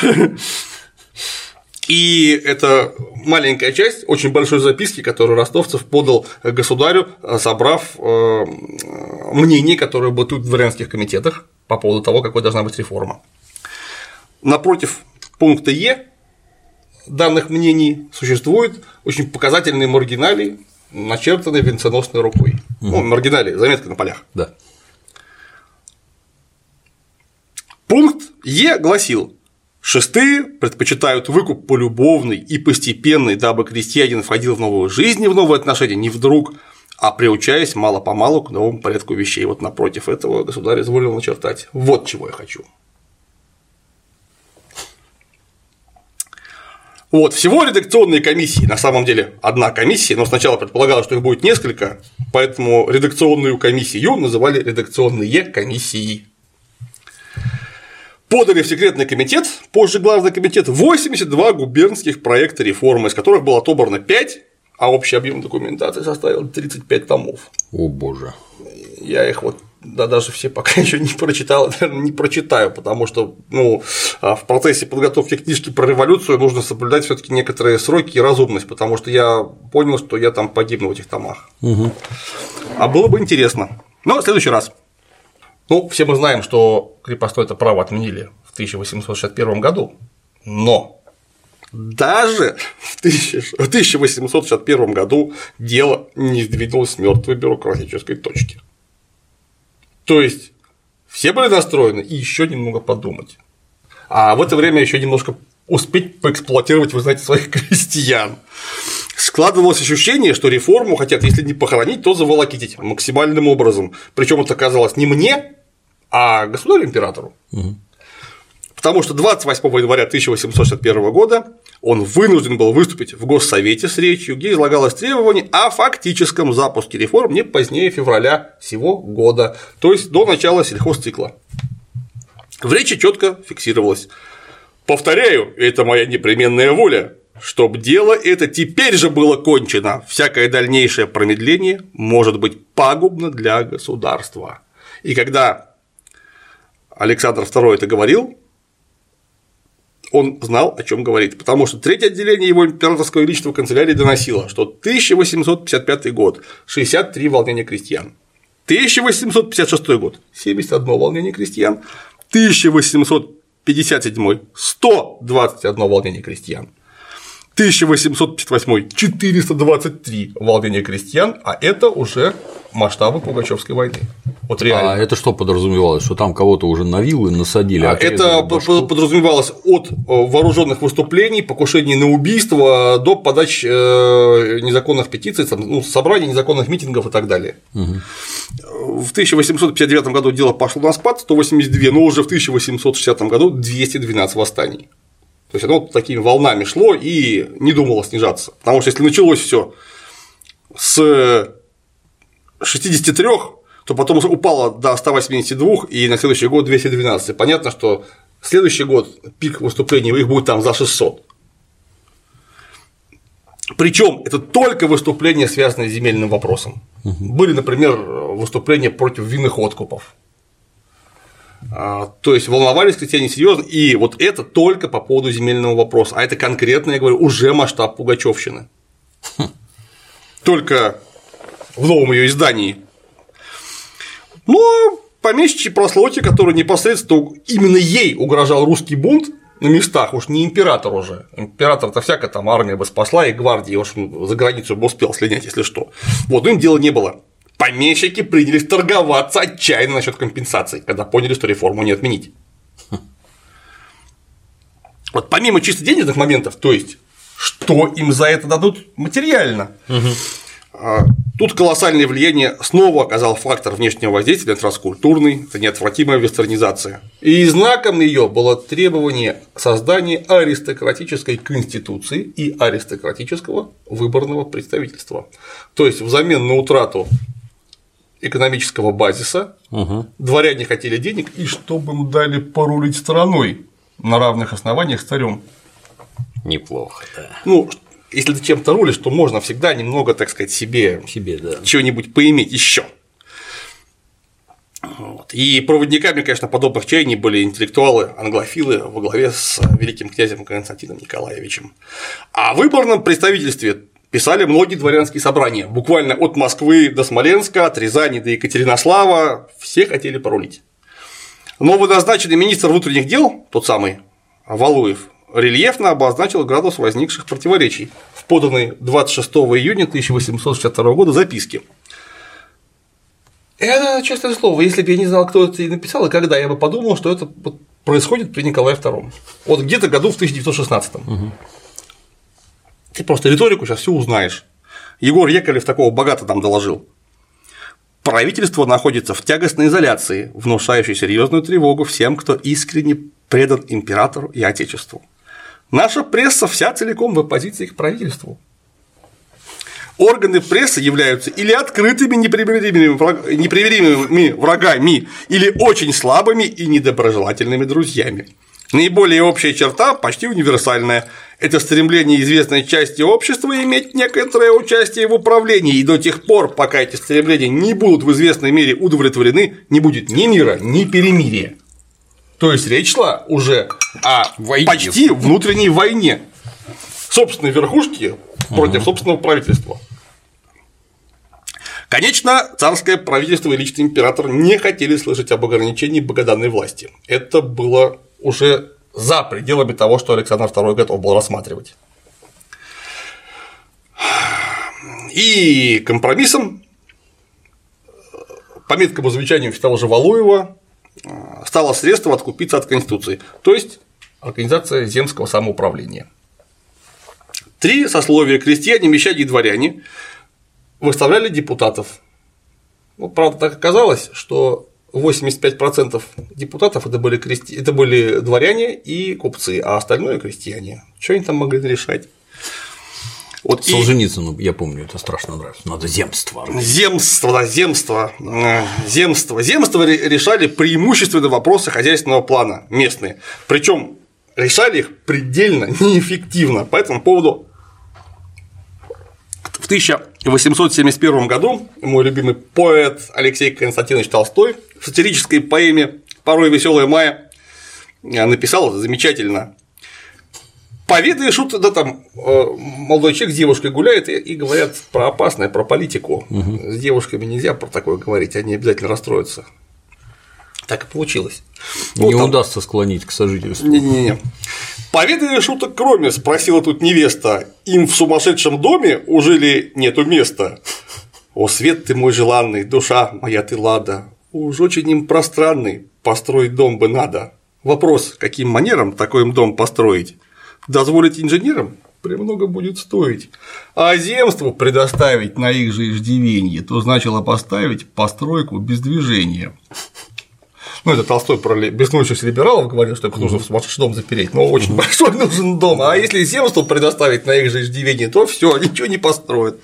И это маленькая часть очень большой записки, которую Ростовцев подал государю, собрав мнение, которое бытует в дворянских комитетах по поводу того, какой должна быть реформа. Напротив пункта Е данных мнений существует очень показательные маргиналии, начертанные венценосной рукой. Угу. Ну, маргиналии, заметка на полях. Да. Пункт Е гласил: шестые предпочитают выкуп полюбовный и постепенный, дабы крестьянин входил в новую жизнь и в новые отношения не вдруг, а приучаясь мало-помалу к новому порядку вещей. Вот напротив этого государь изволил начертать. Вот чего я хочу. Вот, всего редакционные комиссии, на самом деле одна комиссия, но сначала предполагалось, что их будет несколько, поэтому редакционную комиссию называли редакционные комиссии. Подали в секретный комитет, позже главный комитет, восемьдесят два губернских проекта реформы, из которых было отобрано пять, а общий объем документации составил тридцать пять томов. О боже. Я их вот да, даже все пока еще не прочитал, наверное, не прочитаю, потому что ну, в процессе подготовки книжки про революцию нужно соблюдать все-таки некоторые сроки и разумность, потому что я понял, что я там погибну в этих томах. Угу. А было бы интересно. Но в следующий раз. Ну, все мы знаем, что крепостное это право отменили в тысяча восемьсот шестьдесят первом году, но даже в тысяча восемьсот шестьдесят первом году дело не сдвинулось с мертвой бюрократической точки. То есть все были настроены и еще немного подумать. А в это время еще немножко успеть поэксплуатировать, вы знаете, своих крестьян. Складывалось ощущение, что реформу хотят, если не похоронить, то заволокитить максимальным образом. Причем это казалось не мне, а государю-императору. Угу. Потому что двадцать восьмого января тысяча восемьсот шестьдесят первого года он вынужден был выступить в Госсовете с речью, где излагалось требование о фактическом запуске реформ не позднее февраля сего года, то есть до начала сельхозцикла. В речи четко фиксировалось: повторяю, это моя непременная воля, чтоб дело это теперь же было кончено, всякое дальнейшее промедление может быть пагубно для государства. И когда Александр второй это говорил, он знал, о чем говорит, потому что третье отделение его императорского величества канцелярии доносило, что тысяча восемьсот пятьдесят пятый год – шестьдесят три волнения крестьян, тысяча восемьсот пятьдесят шестой год – семьдесят одно волнение крестьян, тысяча восемьсот пятьдесят седьмой – сто двадцать одно волнение крестьян, тысяча восемьсот пятьдесят восьмой – четыреста двадцать три волнения крестьян, а это уже масштабы Пугачёвской войны. Вот реально. А это что подразумевалось, что там кого-то уже на вилы насадили? А это башку? Подразумевалось от вооруженных выступлений, покушений на убийство до подач незаконных петиций, ну, собраний незаконных митингов и так далее. Угу. В тысяча восемьсот пятьдесят девятом году дело пошло на спад, сто восемьдесят два, но уже в тысяча восемьсот шестидесятом году двести двенадцать восстаний. То есть оно вот такими волнами шло и не думало снижаться. Потому что если началось все с шестидесяти трёх, то потом упало до ста восьмидесяти двух, и на следующий год двести двенадцать. И понятно, что следующий год пик выступлений их будет там за шестьсот. Причем это только выступления, связанные с земельным вопросом. Угу. Были, например, выступления против винных откупов. То есть волновались крестьяне серьезно, и вот это только по поводу земельного вопроса. А это конкретно, я говорю, уже масштаб пугачёвщины. Хм. Только в новом ее издании. Но помещичьи прослойки, которые непосредственно именно ей угрожал русский бунт на местах, уж не император уже. Император-то всяко там армия бы спасла, и гвардии уж за границу бы успел слинять, если что. Вот, но им дела не было. Помещики принялись торговаться отчаянно насчет компенсаций, когда поняли, что реформу не отменить. Вот помимо чисто денежных моментов, то есть, что им за это дадут материально. Угу. Тут колоссальное влияние снова оказал фактор внешнего воздействия, транскультурный, это неотвратимая вестернизация. И знаком ее было требование создания аристократической конституции и аристократического выборного представительства. То есть взамен на утрату экономического базиса угу. дворяне хотели денег, и чтобы им дали порулить страной на равных основаниях с царем. Неплохо, да. Ну, если ты чем-то рулишь, то можно всегда немного, так сказать, себе, себе да. чего-нибудь поиметь еще. Вот. И проводниками, конечно, подобных чаяний были интеллектуалы, англофилы во главе с великим князем Константином Николаевичем. О выборном представительстве писали многие дворянские собрания, буквально от Москвы до Смоленска, от Рязани до Екатеринослава, все хотели порулить. Новоназначенный министр внутренних дел, тот самый Валуев, рельефно обозначил градус возникших противоречий в поданной двадцать шестого июня тысяча восемьсот шестьдесят второго года записке. Это, честное слово, если бы я не знал, кто это написал и когда, я бы подумал, что это происходит при Николае втором. Вот где-то году в тысяча девятьсот шестнадцатом. Угу. Ты просто риторику сейчас все узнаешь. Егор Яковлев такого богато нам доложил. Правительство находится в тягостной изоляции, внушающей серьезную тревогу всем, кто искренне предан императору и отечеству. Наша пресса вся целиком в оппозиции к правительству. Органы прессы являются или открытыми непримиримыми врагами, или очень слабыми и недоброжелательными друзьями. Наиболее общая черта почти универсальная – это стремление известной части общества иметь некоторое участие в управлении, и до тех пор, пока эти стремления не будут в известной мере удовлетворены, не будет ни мира, ни перемирия. То есть речь шла уже о войне. Почти внутренней войне собственной верхушки против угу. собственного правительства. Конечно, царское правительство и личный император не хотели слышать об ограничении богоданной власти. Это было уже за пределами того, что Александр второй готов был рассматривать. И компромиссом, по меткому замечанию того же Валуева, стало средство откупиться от Конституции, то есть организация земского самоуправления. Три сословия – крестьяне, мещане и дворяне – выставляли депутатов. Ну, правда, так оказалось, что восемьдесят пять процентов депутатов это были, крести... это были дворяне и купцы, а остальное крестьяне. Что они там могли решать? Вот Солженицыну, и... я помню, это страшно нравится. Надо земство. Земство, да, земство. Земство. Земство решали преимущественно вопросы хозяйственного плана местные. Причем решали их предельно неэффективно. По этому поводу в тысяча восемьсот семьдесят первом году мой любимый поэт Алексей Константинович Толстой в сатирической поэме «Порой веселая мая» написал замечательно. Поведаешь, что да, там молодой человек с девушкой гуляет и, и говорят про опасное, про политику. Угу. С девушками нельзя про такое говорить, они обязательно расстроятся. Так и получилось. Не ну, там... удастся склонить к сожительству. Не-не-не. Поведай шуток кроме, спросила тут невеста. Им в сумасшедшем доме уже ли нету места? О, свет ты мой желанный, душа моя ты лада, уж очень им пространный, построить дом бы надо. Вопрос, каким манером такой им дом построить? Дозволить инженерам премного будет стоить, а земству предоставить на их же иждивенье, то значило поставить постройку без движения. Ну, это Толстой про беснующихся либералов говорил, что их нужно в сумасшедший дом запереть, но очень большой нужен дом, а если земству предоставить на их же иждивенье, то все, ничего не построят.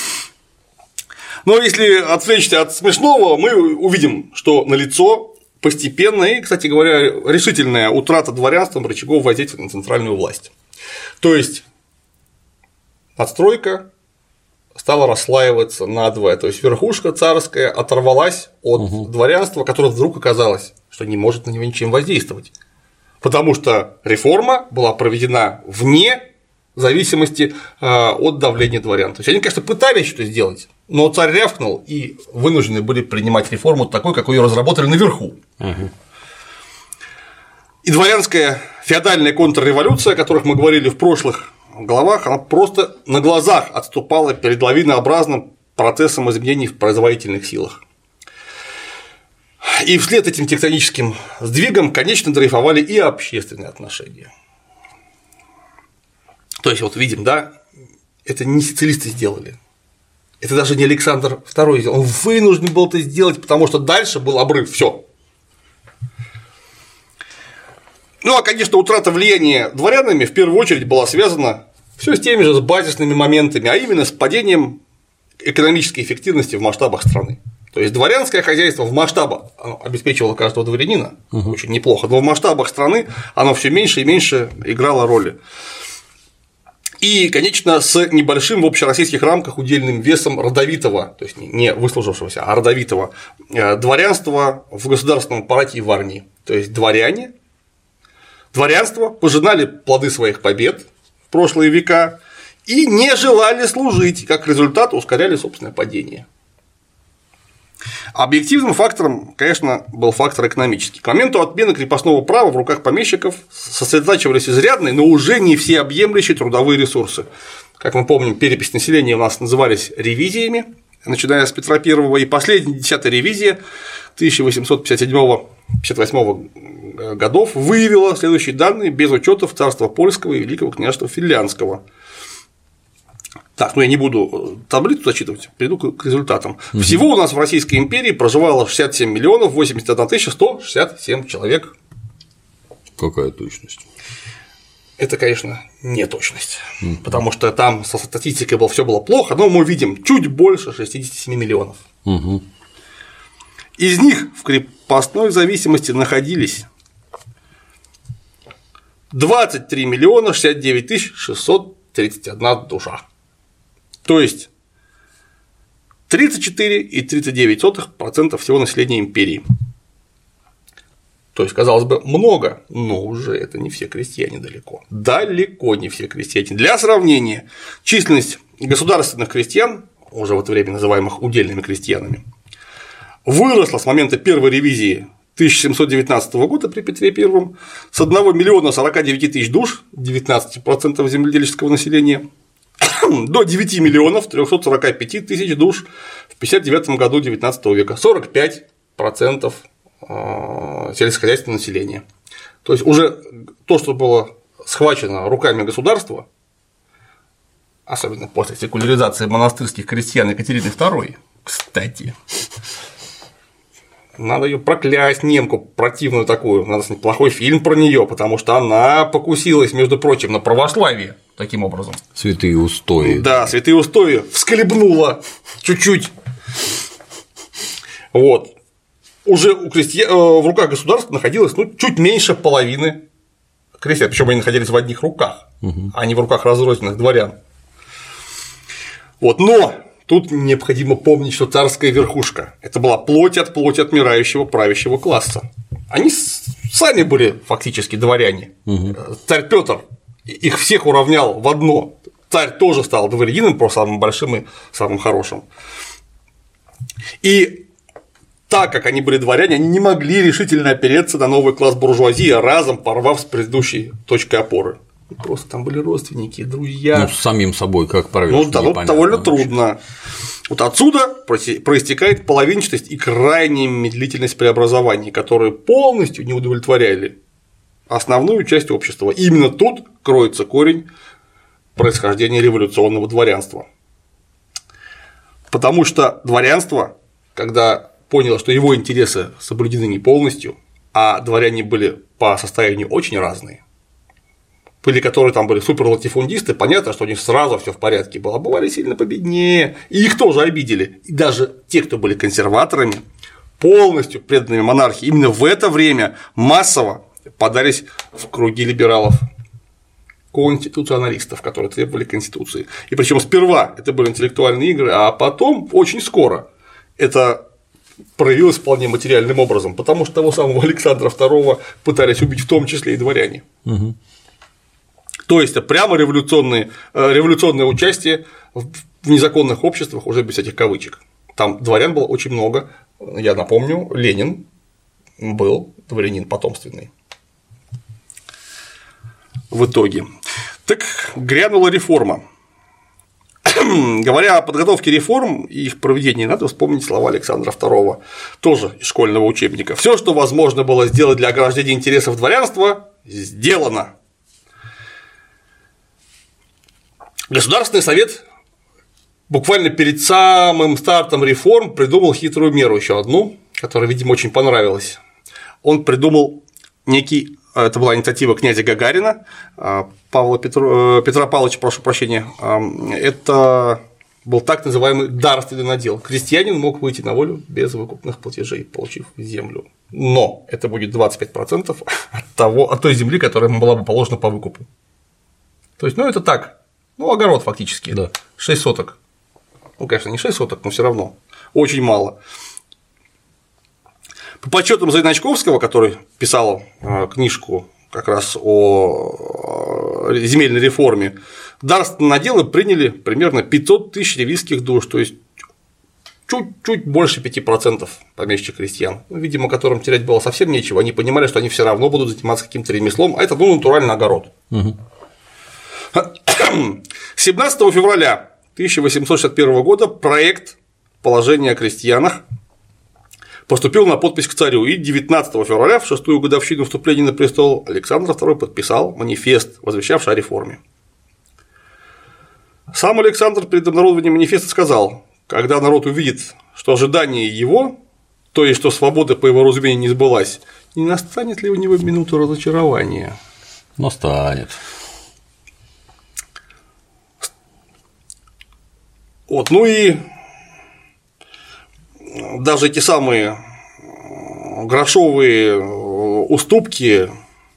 Но если отвлечься от смешного, мы увидим, что налицо постепенная и, кстати говоря, решительная утрата дворянством рычагов воздействия на центральную власть. То есть надстройка стала расслаиваться надвое, то есть верхушка царская оторвалась от угу. дворянства, которое вдруг оказалось, что не может на него ничем воздействовать, потому что реформа была проведена вне зависимости от давления дворян. То есть они, конечно, пытались что-то сделать, но царь рявкнул, и вынуждены были принимать реформу такой, какой ее разработали наверху. Угу. И дворянская феодальная контрреволюция, о которых мы говорили в прошлых главах, она просто на глазах отступала перед лавинообразным процессом изменений в производительных силах. И вслед этим тектоническим сдвигам, конечно, дрейфовали и общественные отношения. То есть, вот видим, да, это не социалисты сделали. Это даже не Александр второй сделал. Он вынужден был это сделать, потому что дальше был обрыв. Все. Ну, а, конечно, утрата влияния дворянами в первую очередь была связана все с теми же с базисными моментами, а именно с падением экономической эффективности в масштабах страны. То есть дворянское хозяйство в масштабах обеспечивало каждого дворянина угу. очень неплохо, но в масштабах страны оно все меньше и меньше играло роли. И, конечно, с небольшим в общероссийских рамках удельным весом родовитого, то есть не выслужившегося, а родовитого дворянства в государственном аппарате и в армии. То есть дворяне, дворянство пожинали плоды своих побед в прошлые века и не желали служить, как результат ускоряли собственное падение. Объективным фактором, конечно, был фактор экономический. К моменту отмены крепостного права в руках помещиков сосредотачивались изрядные, но уже не всеобъемлющие трудовые ресурсы. Как мы помним, перепись населения у нас назывались ревизиями, начиная с Петра Первого, и последняя десятая ревизия тысяча восемьсот пятьдесят седьмого — пятьдесят восьмого годов выявила следующие данные без учетов царства Польского и Великого княжества Финляндского. Так, ну я не буду таблицу зачитывать, перейду к результатам. Угу. Всего у нас в Российской империи проживало шестьдесят семь миллионов восемьдесят одна тысяча сто шестьдесят семь человек. Какая точность? Это, конечно, не точность, угу. потому что там со статистикой было, все было плохо, но мы видим чуть больше шестидесяти семи миллионов. Угу. Из них в крепостной зависимости находились двадцать три миллиона шестьдесят девять тысяч шестьсот тридцать одна душа. То есть тридцать четыре и тридцать девять сотых процента всего населения империи. То есть, казалось бы, много, но уже это не все крестьяне далеко. Далеко не все крестьяне. Для сравнения, численность государственных крестьян, уже в это время называемых удельными крестьянами, выросла с момента первой ревизии тысяча семьсот девятнадцатого года при Петре Первом с одного миллиона сорока девяти тысяч душ, девятнадцать процентов земледельческого населения, до девяти миллионов трёхсот сорока пяти тысяч душ в пятьдесят девятом году девятнадцатого века, сорок пять процентов сельскохозяйственного населения. То есть уже то, что было схвачено руками государства, особенно после секуляризации монастырских крестьян Екатерины Второй, кстати, надо ее проклясть, немку противную такую, надо снять плохой фильм про нее, потому что она покусилась, между прочим, на православие таким образом. Святые устои. Да, святые устои всколебнула чуть-чуть. Вот. Уже у крестьян в руках государства находилось ну, чуть меньше половины крестьян, причем они находились в одних руках, угу. а не в руках разрозненных дворян. Вот. Но тут необходимо помнить, что царская верхушка – это была плоть от плоти отмирающего правящего класса. Они сами были фактически дворяне. Угу. Царь Петр их всех уравнял в одно. Царь тоже стал дворянином, просто самым большим и самым хорошим. И так как они были дворяне, они не могли решительно опереться на новый класс буржуазии, разом порвав с предыдущей точкой опоры. Просто там были родственники, друзья. Ну, с самим собой, как правильно. Ну, да, ну, довольно вообще. Трудно. Вот отсюда проистекает половинчатость и крайняя медлительность преобразований, которые полностью не удовлетворяли основную часть общества. И именно тут кроется корень происхождения революционного дворянства. Потому что дворянство, когда поняло, что его интересы соблюдены не полностью, а дворяне были по состоянию очень разные. Были, которые там были суперлатифундисты, понятно, что у них сразу все в порядке было, а бывали сильно победнее, и их тоже обидели. И даже те, кто были консерваторами, полностью преданными монархии, именно в это время массово подались в круги либералов, конституционалистов, которые требовали конституции. И причем сперва это были интеллектуальные игры, а потом очень скоро это проявилось вполне материальным образом, потому что того самого Александра второго пытались убить в том числе и дворяне. Угу. То есть прямо революционное, революционное участие в незаконных обществах уже без этих кавычек. Там дворян было очень много. Я напомню, Ленин был дворянин потомственный. В итоге. Так грянула реформа. Говоря о подготовке реформ и их проведении, надо вспомнить слова Александра второго, тоже из школьного учебника. Все, что возможно было сделать для ограждения интересов дворянства, сделано. Государственный совет буквально перед самым стартом реформ придумал хитрую меру, еще одну, которая, видимо, очень понравилась. Он придумал некий, это была инициатива князя Гагарина, Павла Петр... Петра Павловича, прошу прощения, это был так называемый дарственный надел. Крестьянин мог выйти на волю без выкупных платежей, получив землю. Но это будет двадцать пять процентов от, того, от той земли, которая ему была бы положена по выкупу. То есть, ну, это так. Ну, огород фактически, да. шесть соток. Ну, конечно, не шесть соток, но все равно очень мало. По подсчетам Зайначковского, который писал книжку как раз о земельной реформе, дарственные наделы приняли примерно пятьсот тысяч ревизских душ, то есть чуть-чуть больше пяти процентов помещичьих крестьян, видимо, которым терять было совсем нечего, они понимали, что они все равно будут заниматься каким-то ремеслом, а это, ну, натуральный огород. Угу. семнадцатого февраля тысяча восемьсот шестьдесят первого года проект положения о крестьянах поступил на подпись к царю, и девятнадцатого февраля, в шестую годовщину вступления на престол, Александр второй подписал манифест, возвещавший о реформе. Сам Александр перед обнародованием манифеста сказал: когда народ увидит, что ожидание его, то есть что свобода по его разумению не сбылась, не настанет ли у него минуту разочарования? Настанет. Вот, ну и даже эти самые грошовые уступки,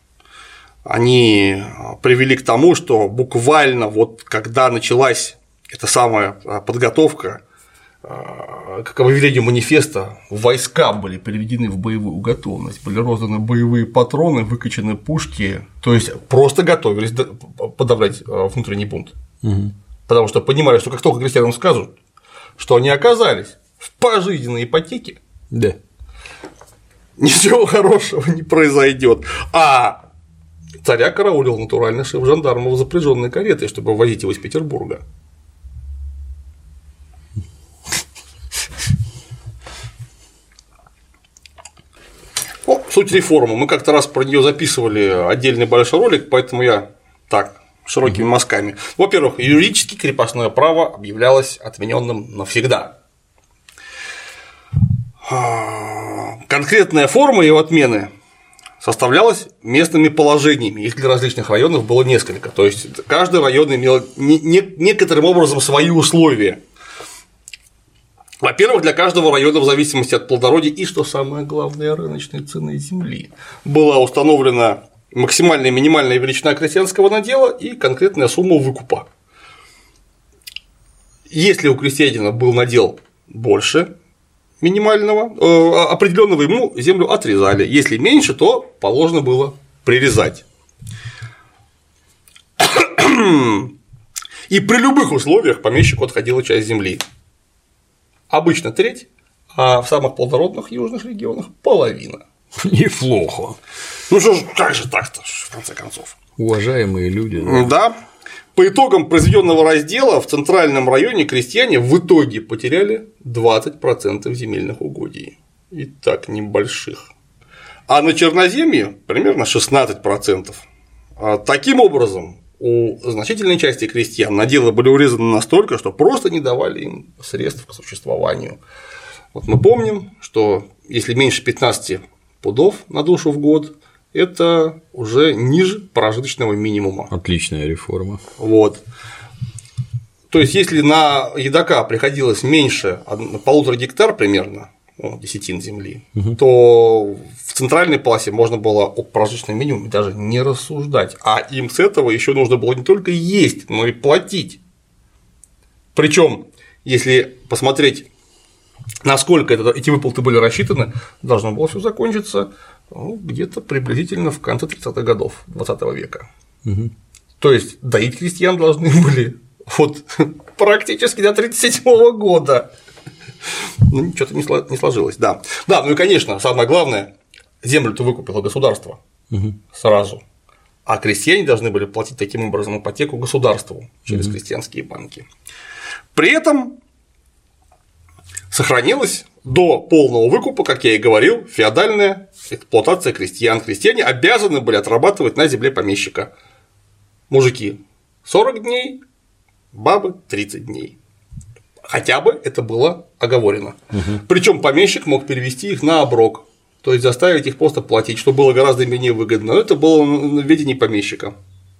они привели к тому, что буквально вот когда началась эта самая подготовка к объявлению манифеста, войска были переведены в боевую готовность, были розданы боевые патроны, выкачаны пушки, то есть просто готовились подавлять внутренний бунт. Угу. Потому что понимали, что как только крестьянам скажут, что они оказались в пожизненной ипотеке, да. ничего хорошего не произойдет. А царя караулил натурально шеф жандармов запряженной каретой, чтобы возить его из Петербурга. О, суть реформы. Мы как-то раз про нее записывали отдельный большой ролик, поэтому я так. Широкими мазками. Во-первых, юридически крепостное право объявлялось отмененным навсегда. К конкретная форма его отмены составлялась местными положениями. Их для различных районов было несколько. То есть каждый район имел некоторым образом свои условия. Во-первых, для каждого района в зависимости от плодородия и, что самое главное, рыночной цены земли была установлена максимальная и минимальная величина крестьянского надела и конкретная сумма выкупа. Если у крестьянина был надел больше минимального, э, определенного, ему землю отрезали. Если меньше, то положено было прирезать. И при любых условиях помещику отходила часть земли. Обычно треть, а в самых плодородных южных регионах половина. Неплохо. Ну что ж, как же так-то, в конце концов? Уважаемые люди. Да. да. По итогам произведенного раздела в центральном районе крестьяне в итоге потеряли двадцать процентов земельных угодий. И так небольших. А на черноземье примерно шестнадцать процентов. Таким образом, у значительной части крестьян наделы были урезаны настолько, что просто не давали им средств к существованию. Вот мы помним, что если меньше пятнадцати пудов на душу в год, это уже ниже прожиточного минимума. Отличная реформа. Вот. То есть, если на едока приходилось меньше полутора гектар примерно, ну, десятин земли, угу. то в центральной полосе можно было о прожиточном минимуме даже не рассуждать, а им с этого еще нужно было не только есть, но и платить. Причем, если посмотреть, насколько это, эти выплаты были рассчитаны, должно было все закончиться ну, где-то приблизительно в конце тридцатых годов двадцатого века. Угу. То есть доить крестьян должны были вот практически до тридцать седьмого года. Ну, что-то не сложилось, да. Да, ну и, конечно, самое главное, землю-то выкупило государство угу. сразу, а крестьяне должны были платить таким образом ипотеку государству через угу. крестьянские банки. При этом сохранилась до полного выкупа, как я и говорил, феодальная эксплуатация крестьян. Крестьяне обязаны были отрабатывать на земле помещика. Мужики сорок дней, бабы тридцать дней. Хотя бы это было оговорено. Угу. Причем помещик мог перевести их на оброк, то есть заставить их просто платить, что было гораздо менее выгодно. Но это было на ведении помещика.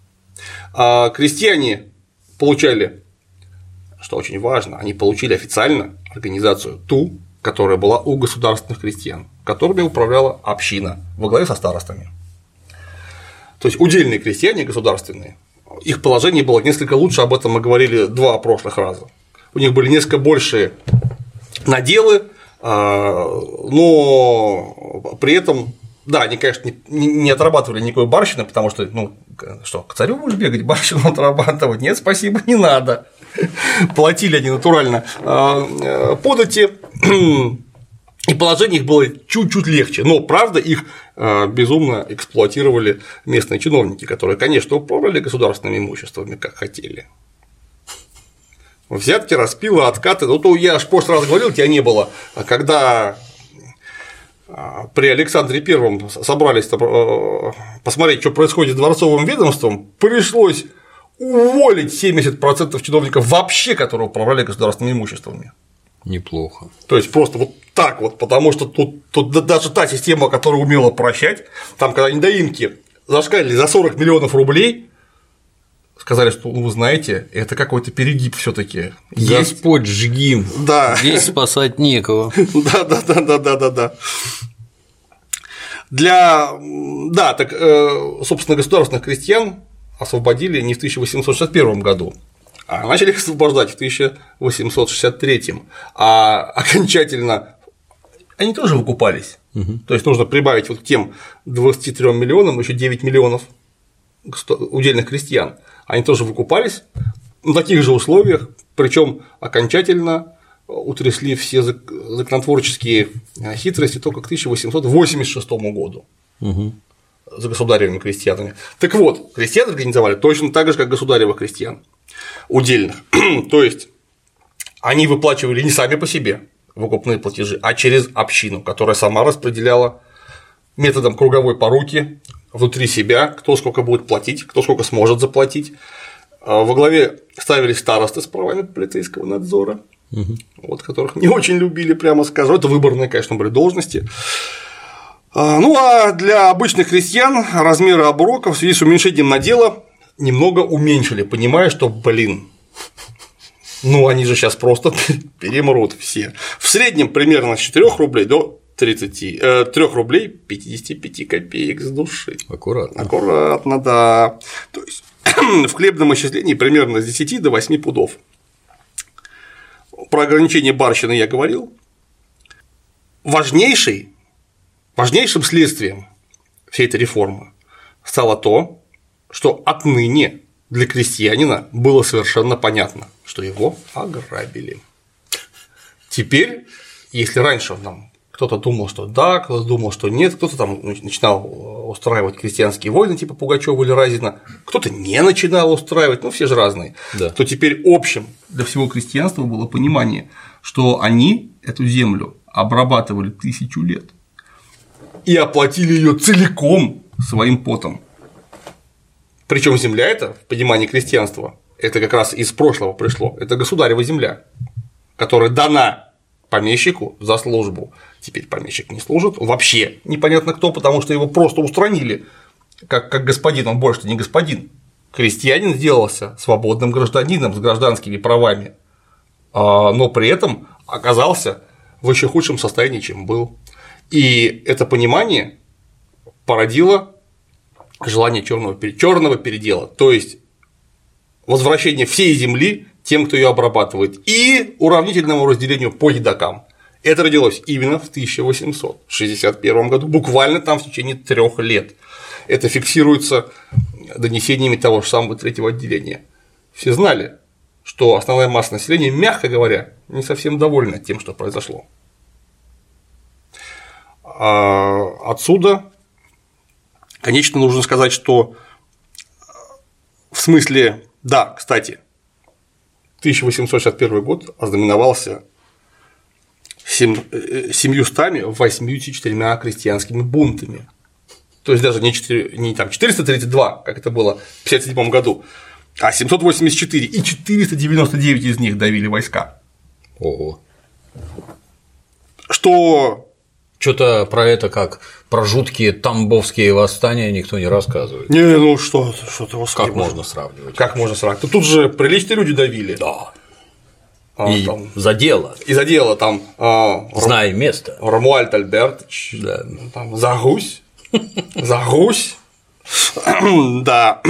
А крестьяне получали, что очень важно, они получили официально организацию ту, которая была у государственных крестьян, которыми управляла община во главе со старостами. То есть удельные крестьяне государственные, их положение было несколько лучше, об этом мы говорили два прошлых раза. У них были несколько большие наделы, но при этом, да, они, конечно, не отрабатывали никакой барщины, потому что, ну, что, к царю будешь бегать, барщину отрабатывать? Нет, спасибо, не надо. Платили они натурально подати, и положение их было чуть-чуть легче, но, правда, их безумно эксплуатировали местные чиновники, которые, конечно, управляли государственными имуществами, как хотели. Взятки, распилы, откаты, ну то я аж в прошлый раз говорил, тебя не было, когда при Александре Первом собрались посмотреть, что происходит с дворцовым ведомством, пришлось уволить семьдесят процентов чиновников вообще, которые управляли государственными имуществами. Неплохо. То есть просто вот так вот, потому что тут, тут даже та система, которая умела прощать, там, когда недоимки зашкалили за сорок миллионов рублей, сказали, что, ну, вы знаете, это какой-то перегиб все-таки. Господь жги. Да. Здесь спасать некого. Да, да, да, да, да, да, да. Для, да, так, собственно, государственных крестьян освободили не в тысяча восемьсот шестьдесят первом году, а начали их освобождать в тысяча восемьсот шестьдесят третьем, а окончательно они тоже выкупались. Угу. То есть нужно прибавить вот к тем двадцати трём миллионам еще девять миллионов удельных крестьян. Они тоже выкупались на таких же условиях, причем окончательно утрясли все законотворческие хитрости только к тысяча восемьсот восемьдесят шестому году угу. за государевыми крестьянами. Так вот, крестьян организовали точно так же, как государевых крестьян удельных. То есть они выплачивали не сами по себе выкупные платежи, а через общину, которая сама распределяла методом круговой поруки внутри себя, кто сколько будет платить, кто сколько сможет заплатить. Во главе ставились старосты с правами полицейского надзора, угу. вот, которых не очень любили, прямо скажу. Это выборные, конечно, были должности. Ну а для обычных крестьян размеры оброка в связи с уменьшением надела немного уменьшили, понимая, что, блин, ну они же сейчас просто перемрут все. В среднем примерно с четырёх рублей до тридцати, э, трёх рублей пятидесяти пяти копеек с души. Аккуратно. Аккуратно, да. То есть в хлебном исчислении примерно с десяти до восьми пудов. Про ограничение барщины я говорил. Важнейший, важнейшим следствием всей этой реформы стало то, что отныне для крестьянина было совершенно понятно, что его ограбили. Теперь, если раньше нам кто-то думал, что да, кто-то думал, что нет, кто-то там начинал устраивать крестьянские войны типа Пугачёва или Разина, кто-то не начинал устраивать, ну все же разные, да. То теперь общим для всего крестьянства было понимание, что они эту землю обрабатывали тысячу лет и оплатили ее целиком своим потом. Причем земля эта, в понимании крестьянства, это как раз из прошлого пришло, это государева земля, которая дана помещику за службу. Теперь помещик не служит, он вообще непонятно кто, потому что его просто устранили как, как господин, он больше не господин. Крестьянин сделался свободным гражданином с гражданскими правами, но при этом оказался в еще худшем состоянии, чем был. И это понимание породило желание черного передела, то есть возвращение всей земли тем, кто ее обрабатывает, и уравнительному разделению по едокам. Это родилось именно в тысяча восемьсот шестьдесят первом году, буквально там в течение трех лет. Это фиксируется донесениями того же самого третьего отделения. Все знали, что основная масса населения, мягко говоря, не совсем довольна тем, что произошло. Отсюда, конечно, нужно сказать, что в смысле, да, кстати, тысяча восемьсот шестьдесят первый год ознаменовался семьюстами восемьдесят четырьмя крестьянскими бунтами. То есть даже не, четыре, не там, четыреста тридцать два, как это было в пятьдесят седьмом году, а семьсот восемьдесят четыре, и четыреста девяносто девять из них давили войска. Ого. Что. Что-то про это как про жуткие тамбовские восстания никто не рассказывает. Не, ну что, что ты Как можно сравнивать? Как можно сравнивать? Тут же приличные люди давили. Да. А, и там, за дело. И за дело там. А, Знай место. Ромуальд Альбертович. Да. Там, за Русь. За Русь. Да.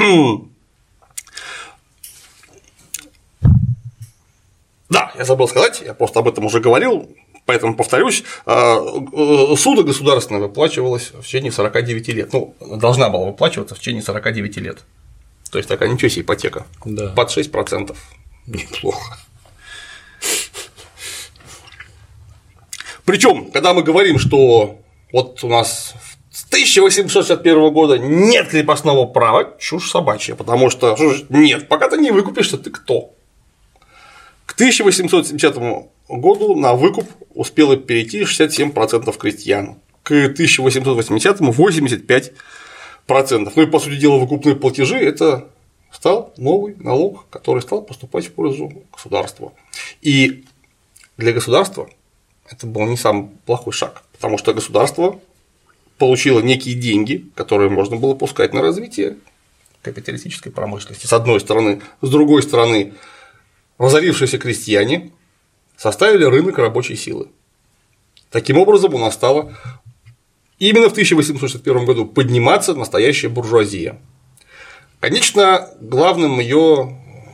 Да, я забыл сказать, я просто об этом уже говорил, поэтому повторюсь, суда государственная выплачивалась в течение сорока девяти лет. Ну, должна была выплачиваться в течение сорока девяти лет. То есть такая ничего себе ипотека. Да. Под шесть процентов. Неплохо. Причем, когда мы говорим, что вот у нас с тысяча восемьсот шестьдесят первого года нет крепостного права, чушь собачья, потому что нет, пока ты не выкупишься, ты кто? К тысяча восемьсот семидесятому году на выкуп успело перейти шестьдесят семь процентов крестьян, к тысяча восемьсот восьмидесятому – восемьдесят пять процентов. Ну и, по сути дела, выкупные платежи – это стал новый налог, который стал поступать в пользу государства. И для государства это был не самый плохой шаг, потому что государство получило некие деньги, которые можно было пускать на развитие капиталистической промышленности, с одной стороны. С другой стороны, разорившиеся крестьяне составили рынок рабочей силы. Таким образом, у нас стало именно в тысяча восемьсот шестьдесят первом году подниматься настоящая буржуазия. Конечно, главным ее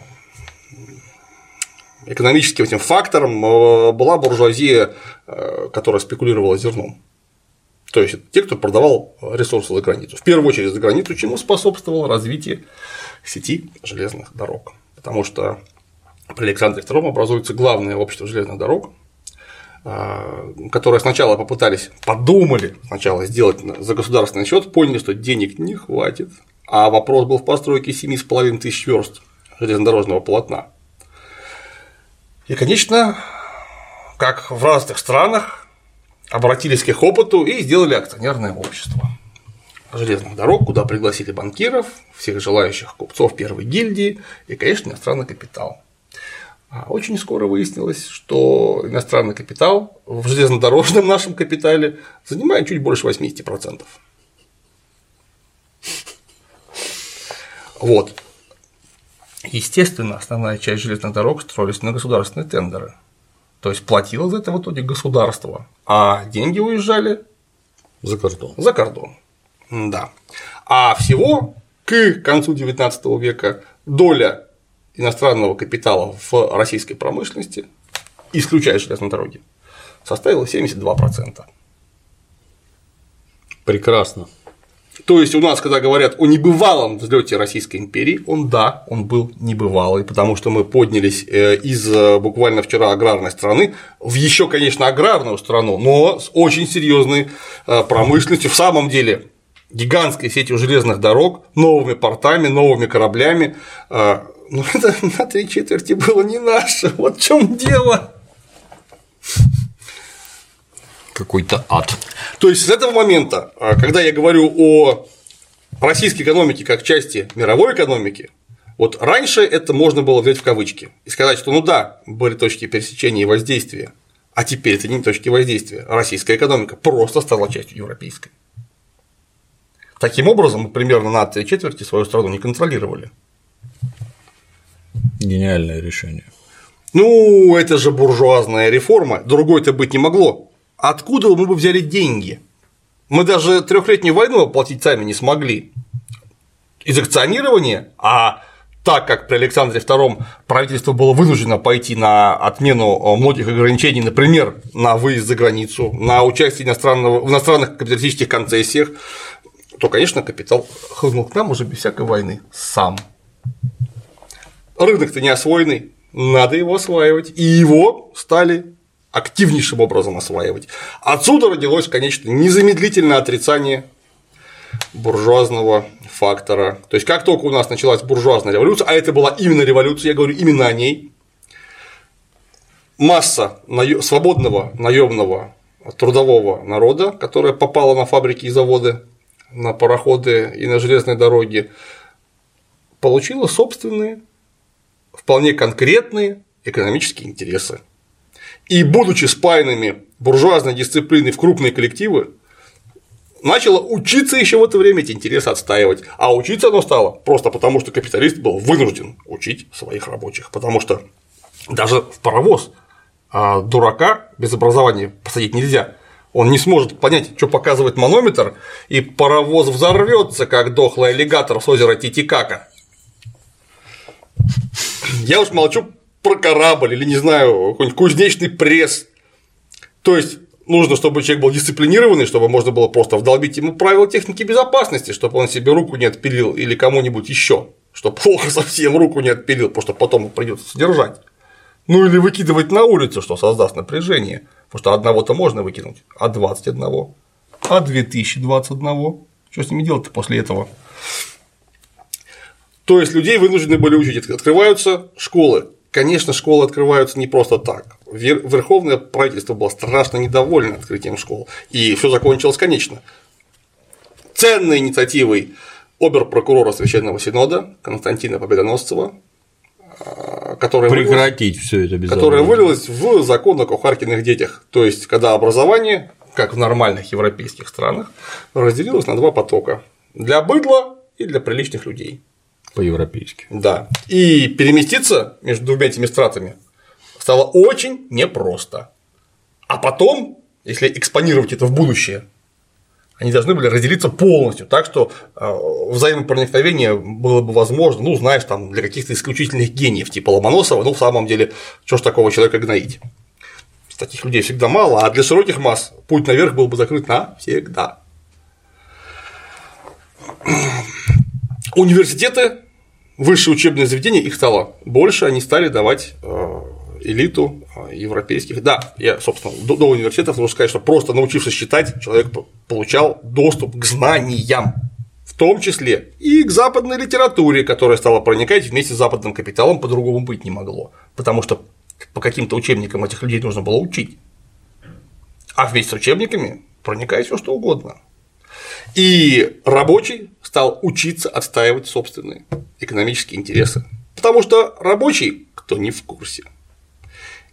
экономическим этим фактором была буржуазия, которая спекулировала зерном. То есть, это те, кто продавал ресурсы за границу. В первую очередь за границу, чему способствовало развитие сети железных дорог. Потому что при Александре втором образуется главное общество железных дорог, которое сначала попытались, подумали сначала сделать за государственный счет, поняли, что денег не хватит, а вопрос был в постройке семи с половиной тысяч верст железнодорожного полотна. И, конечно, как в разных странах, обратились к их опыту и сделали акционерное общество железных дорог, куда пригласили банкиров, всех желающих купцов первой гильдии и, конечно, иностранный капитал. А очень скоро выяснилось, что иностранный капитал в железнодорожном нашем капитале занимает чуть больше восемьдесят процентов. Вот. Естественно, основная часть железных дорог строились на государственные тендеры. То есть платило за это в итоге государство, а деньги уезжали за кордон. За кордон. Да. А всего к концу девятнадцатого века доля иностранного капитала в российской промышленности, исключая железные дороги, составила семьдесят два процента. Прекрасно. То есть у нас, когда говорят о небывалом взлете Российской империи, он да, он был небывалый, потому что мы поднялись из буквально вчера аграрной страны в еще, конечно, аграрную страну, но с очень серьезной промышленностью, в самом деле гигантской сетью железных дорог, новыми портами, новыми кораблями. Но это на три четверти было не наше. Вот в чем дело. Какой-то ад. То есть с этого момента, когда я говорю о российской экономике как части мировой экономики, вот раньше это можно было взять в кавычки и сказать, что ну да, были точки пересечения и воздействия, а теперь это не точки воздействия. Российская экономика просто стала частью европейской. Таким образом, мы примерно на три четверти свою страну не контролировали. Гениальное решение. Ну, это же буржуазная реформа, другой-то быть не могло. Откуда мы бы взяли деньги? Мы даже трехлетнюю войну оплатить сами не смогли. Из акционирования, а так как при Александре втором правительство было вынуждено пойти на отмену многих ограничений, например, на выезд за границу, на участие иностранного, в иностранных капиталистических концессиях, то, конечно, капитал хлынул к нам уже без всякой войны сам. Рынок-то не освоенный, надо его осваивать, и его стали активнейшим образом осваивать. Отсюда родилось, конечно, незамедлительное отрицание буржуазного фактора. То есть, как только у нас началась буржуазная революция, а это была именно революция, я говорю именно о ней, масса свободного наемного трудового народа, которая попала на фабрики и заводы, на пароходы и на железные дороги, получила собственные, вполне конкретные экономические интересы. И, будучи спаянными буржуазной дисциплиной в крупные коллективы, начало учиться еще в это время эти интересы отстаивать. А учиться оно стало просто потому, что капиталист был вынужден учить своих рабочих. Потому что даже в паровоз дурака без образования посадить нельзя. Он не сможет понять, что показывает манометр, и паровоз взорвется, как дохлый аллигатор с озера Титикака. Я уж молчу про корабль или, не знаю, какой-нибудь кузнечный пресс. То есть нужно, чтобы человек был дисциплинированный, чтобы можно было просто вдолбить ему правила техники безопасности, чтобы он себе руку не отпилил или кому-нибудь еще, чтобы плохо совсем руку не отпилил, потому что потом придется содержать. Ну или выкидывать на улицу, что создаст напряжение, потому что одного-то можно выкинуть, а двадцать одного, а две тысячи двадцать одного. Что с ними делать-то после этого? То есть людей вынуждены были учить, открываются школы. Конечно, школы открываются не просто так. Верховное правительство было страшно недовольно открытием школ, и все закончилось конечно. Ценной инициативой обер-прокурора Священного Синода Константина Победоносцева, которая прекратить все это безобразие, которая вылилась в закон о кухаркиных детях. То есть, когда образование, как в нормальных европейских странах, разделилось на два потока: для быдла и для приличных людей. По-европейски. Да. И переместиться между двумя этими стратами стало очень непросто. А потом, если экспонировать это в будущее, они должны были разделиться полностью, так что взаимопроникновение было бы возможно, ну, знаешь, там, для каких-то исключительных гениев, типа Ломоносова, ну, в самом деле, что ж такого человека гноить? Таких людей всегда мало, а для широких масс путь наверх был бы закрыт навсегда. Университеты, высшие учебные заведения, их стало больше, они стали давать элиту европейских. Да, я, собственно, до, до университетов должен сказать, что просто научившись читать, человек получал доступ к знаниям, в том числе и к западной литературе, которая стала проникать вместе с западным капиталом, по-другому быть не могло, потому что по каким-то учебникам этих людей нужно было учить, а вместе с учебниками проникает все что угодно. И рабочий стал учиться отстаивать собственные экономические интересы, потому что рабочий, кто не в курсе,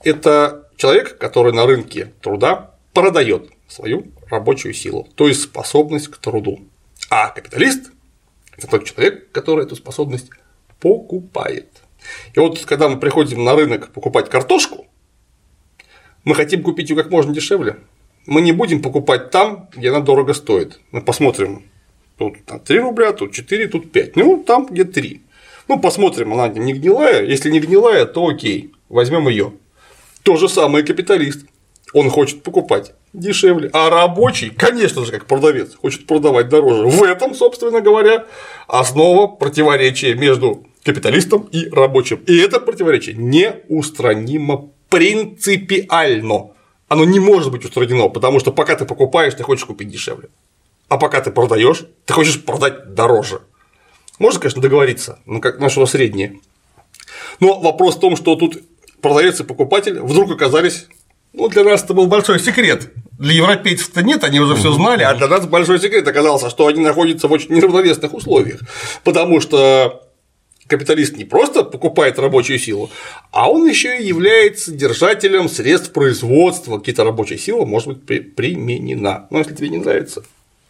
это человек, который на рынке труда продает свою рабочую силу, то есть способность к труду. А капиталист – это тот человек, который эту способность покупает. И вот когда мы приходим на рынок покупать картошку, мы хотим купить ее как можно дешевле. Мы не будем покупать там, где она дорого стоит. Мы посмотрим, тут три рубля, тут четыре, тут пять. Ну, там где три. Ну, посмотрим, она не гнилая. Если не гнилая, то окей, возьмем ее. То же самое капиталист. Он хочет покупать дешевле. А рабочий, конечно же, как продавец, хочет продавать дороже. В этом, собственно говоря, основа противоречия между капиталистом и рабочим. И это противоречие неустранимо принципиально. Оно не может быть устранено, потому что пока ты покупаешь, ты хочешь купить дешевле. А пока ты продаешь, ты хочешь продать дороже. Можно, конечно, договориться, но как нашего среднее. Но вопрос в том, что тут продавец и покупатель вдруг оказались. Ну, для нас это был большой секрет. Для европейцев-то нет, они уже все знали, а для нас большой секрет оказался, что они находятся в очень неравновесных условиях. Потому что капиталист не просто покупает рабочую силу, а он еще и является держателем средств производства. Какие-то рабочая сила может быть при- применена. Но если тебе не нравится,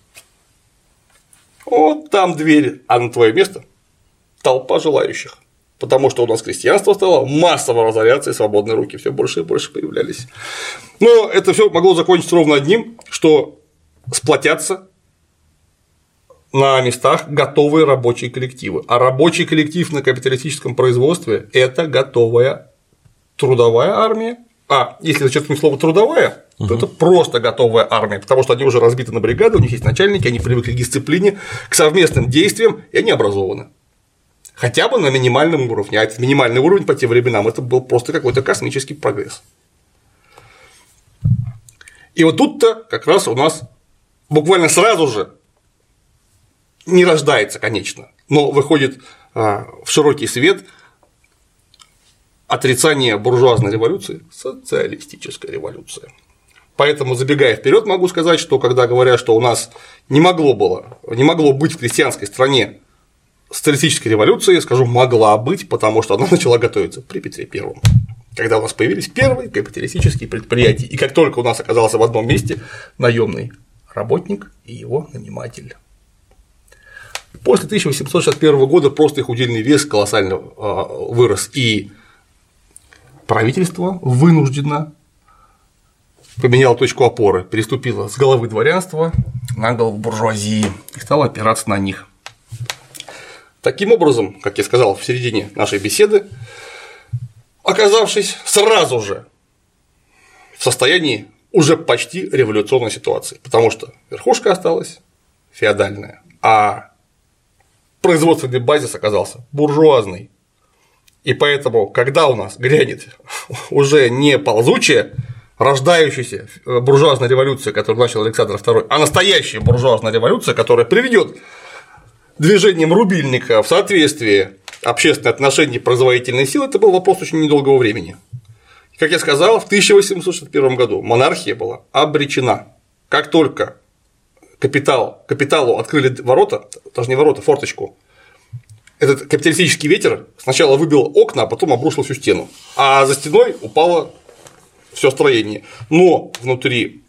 вот там дверь, а на твое место толпа желающих. Потому что у нас крестьянство стало массово разоряться, и свободные руки все больше и больше появлялись. Но это все могло закончиться ровно одним, что сплотятся на местах готовые рабочие коллективы. А рабочий коллектив на капиталистическом производстве – это готовая трудовая армия. А если зачеркнуть слово трудовая, то угу. это просто готовая армия, потому что они уже разбиты на бригады, у них есть начальники, они привыкли к дисциплине, к совместным действиям, и они образованы. Хотя бы на минимальном уровне. А этот минимальный уровень по тем временам это был просто какой-то космический прогресс. И вот тут-то как раз у нас буквально сразу же не рождается, конечно, но выходит в широкий свет отрицание буржуазной революции – социалистическая революция. Поэтому, забегая вперед, могу сказать, что когда говорят, что у нас не могло, было, не могло быть в крестьянской стране социалистической революции, скажу, могла быть, потому что она начала готовиться при Петре Первом, когда у нас появились первые капиталистические предприятия, и как только у нас оказался в одном месте наемный работник и его наниматель. После тысяча восемьсот шестьдесят первого года просто их удельный вес колоссально вырос, и правительство вынужденно поменяло точку опоры, переступило с головы дворянства на голову буржуазии и стало опираться на них. Таким образом, как я сказал в середине нашей беседы, оказавшись сразу же в состоянии уже почти революционной ситуации, потому что верхушка осталась феодальная, а производственный базис оказался буржуазный. И поэтому, когда у нас грянет уже не ползучая, рождающаяся буржуазная революция, которую начал Александр Второй, а настоящая буржуазная революция, которая приведет движением рубильника в соответствии общественных отношений и производительной силы, это был вопрос очень недолгого времени. Как я сказал, в тысяча восемьсот шестьдесят первом году монархия была обречена. Как только капитал, капиталу открыли ворота, даже не ворота, форточку, этот капиталистический ветер сначала выбил окна, а потом обрушил всю стену, а за стеной упало все строение. Но внутри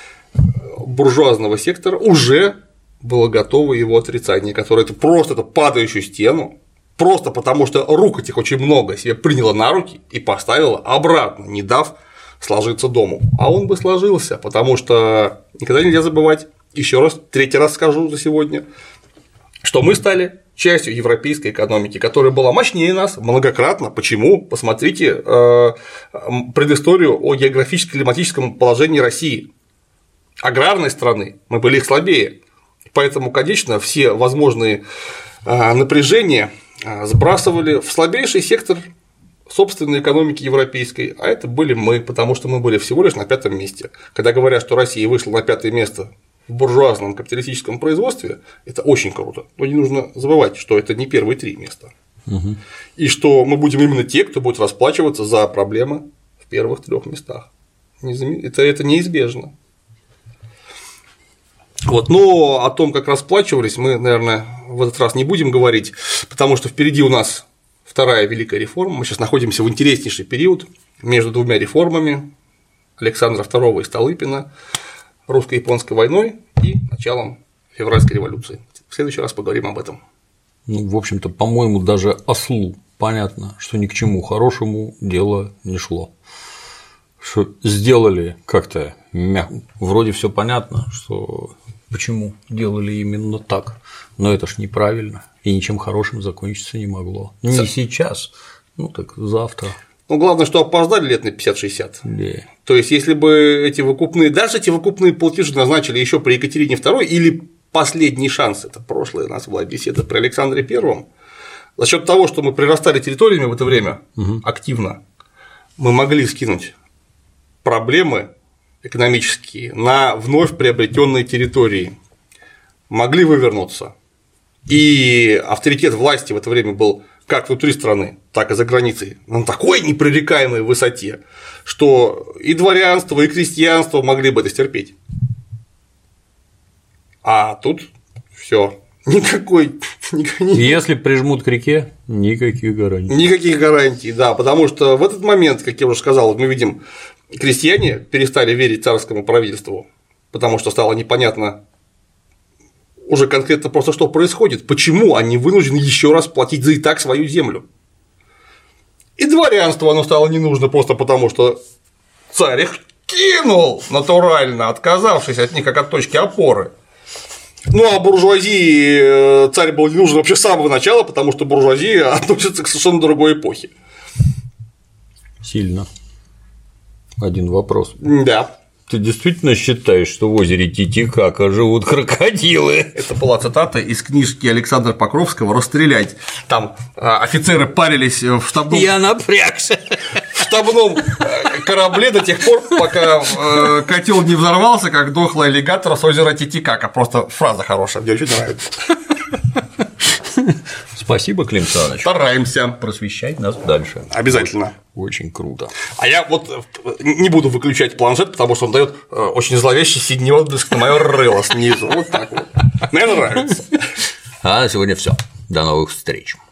буржуазного сектора уже было готово его отрицание, которое это просто это падающую стену, просто потому что рук этих очень много себе приняло на руки и поставило обратно, не дав сложиться дому. А он бы сложился, потому что никогда нельзя забывать, еще раз, третий раз скажу за сегодня, что мы стали частью европейской экономики, которая была мощнее нас многократно. Почему? Посмотрите предысторию о географически-климатическом положении России. Аграрной страны мы были их слабее. Поэтому, конечно, все возможные напряжения сбрасывали в слабейший сектор собственной экономики европейской, а это были мы, потому что мы были всего лишь на пятом месте. Когда говорят, что Россия вышла на пятое место в буржуазном капиталистическом производстве, это очень круто. Но не нужно забывать, что это не первые три места. Угу. И что мы будем именно те, кто будет расплачиваться за проблемы в первых трех местах. Это, это неизбежно. Вот, но о том, как расплачивались, мы, наверное, в этот раз не будем говорить, потому что впереди у нас вторая великая реформа. Мы сейчас находимся в интереснейший период между двумя реформами Александра второго и Столыпина, русско-японской войной и началом февральской революции. В следующий раз поговорим об этом. Ну, в общем-то, по-моему, даже ослу понятно, что ни к чему хорошему дело не шло. Что сделали как-то мягко. Вроде все понятно, что почему делали именно так, но это ж неправильно и ничем хорошим закончиться не могло. Не С... сейчас, ну так завтра. Ну, главное, что опоздали лет на пятьдесят-шестьдесят. Yeah. То есть, если бы эти выкупные, даже эти выкупные платежи назначили еще при Екатерине второй или последний шанс, это прошлая у нас была беседа при Александре первом, за счет того, что мы прирастали территориями в это время угу. активно, мы могли скинуть проблемы экономические на вновь приобретенные территории, могли вывернуться. И авторитет власти в это время был как внутри страны, так и за границей на такой непререкаемой высоте, что и дворянство, и крестьянство могли бы это стерпеть. А тут все. Никакой. Если прижмут к реке, никаких гарантий. Никаких гарантий, да, потому что в этот момент, как я уже сказал, мы видим, крестьяне перестали верить царскому правительству, потому что стало непонятно уже конкретно просто, что происходит, почему они вынуждены еще раз платить за и так свою землю. И дворянство оно стало не нужно просто потому, что царь их кинул натурально, отказавшись от них как от точки опоры. Ну, а буржуазии царь был не нужен вообще с самого начала, потому что буржуазия относится к совершенно другой эпохе. Сильно. Один вопрос. Да. Ты действительно считаешь, что в озере Титикака живут крокодилы? Это была цитата из книжки Александра Покровского «Расстрелять». Там офицеры парились в штабном… Я напрягся. В штабном корабле до тех пор, пока котел не взорвался, как дохлый аллигатор с озера Титикака. Просто фраза хорошая, мне очень нравится. Спасибо, Клим Саныч. Стараемся просвещать нас дальше. Обязательно. Очень круто. А я вот не буду выключать планшет, потому что он дает очень зловещий синий отблеск на моё рыло снизу. Вот так вот. Мне нравится. А на сегодня все. До новых встреч.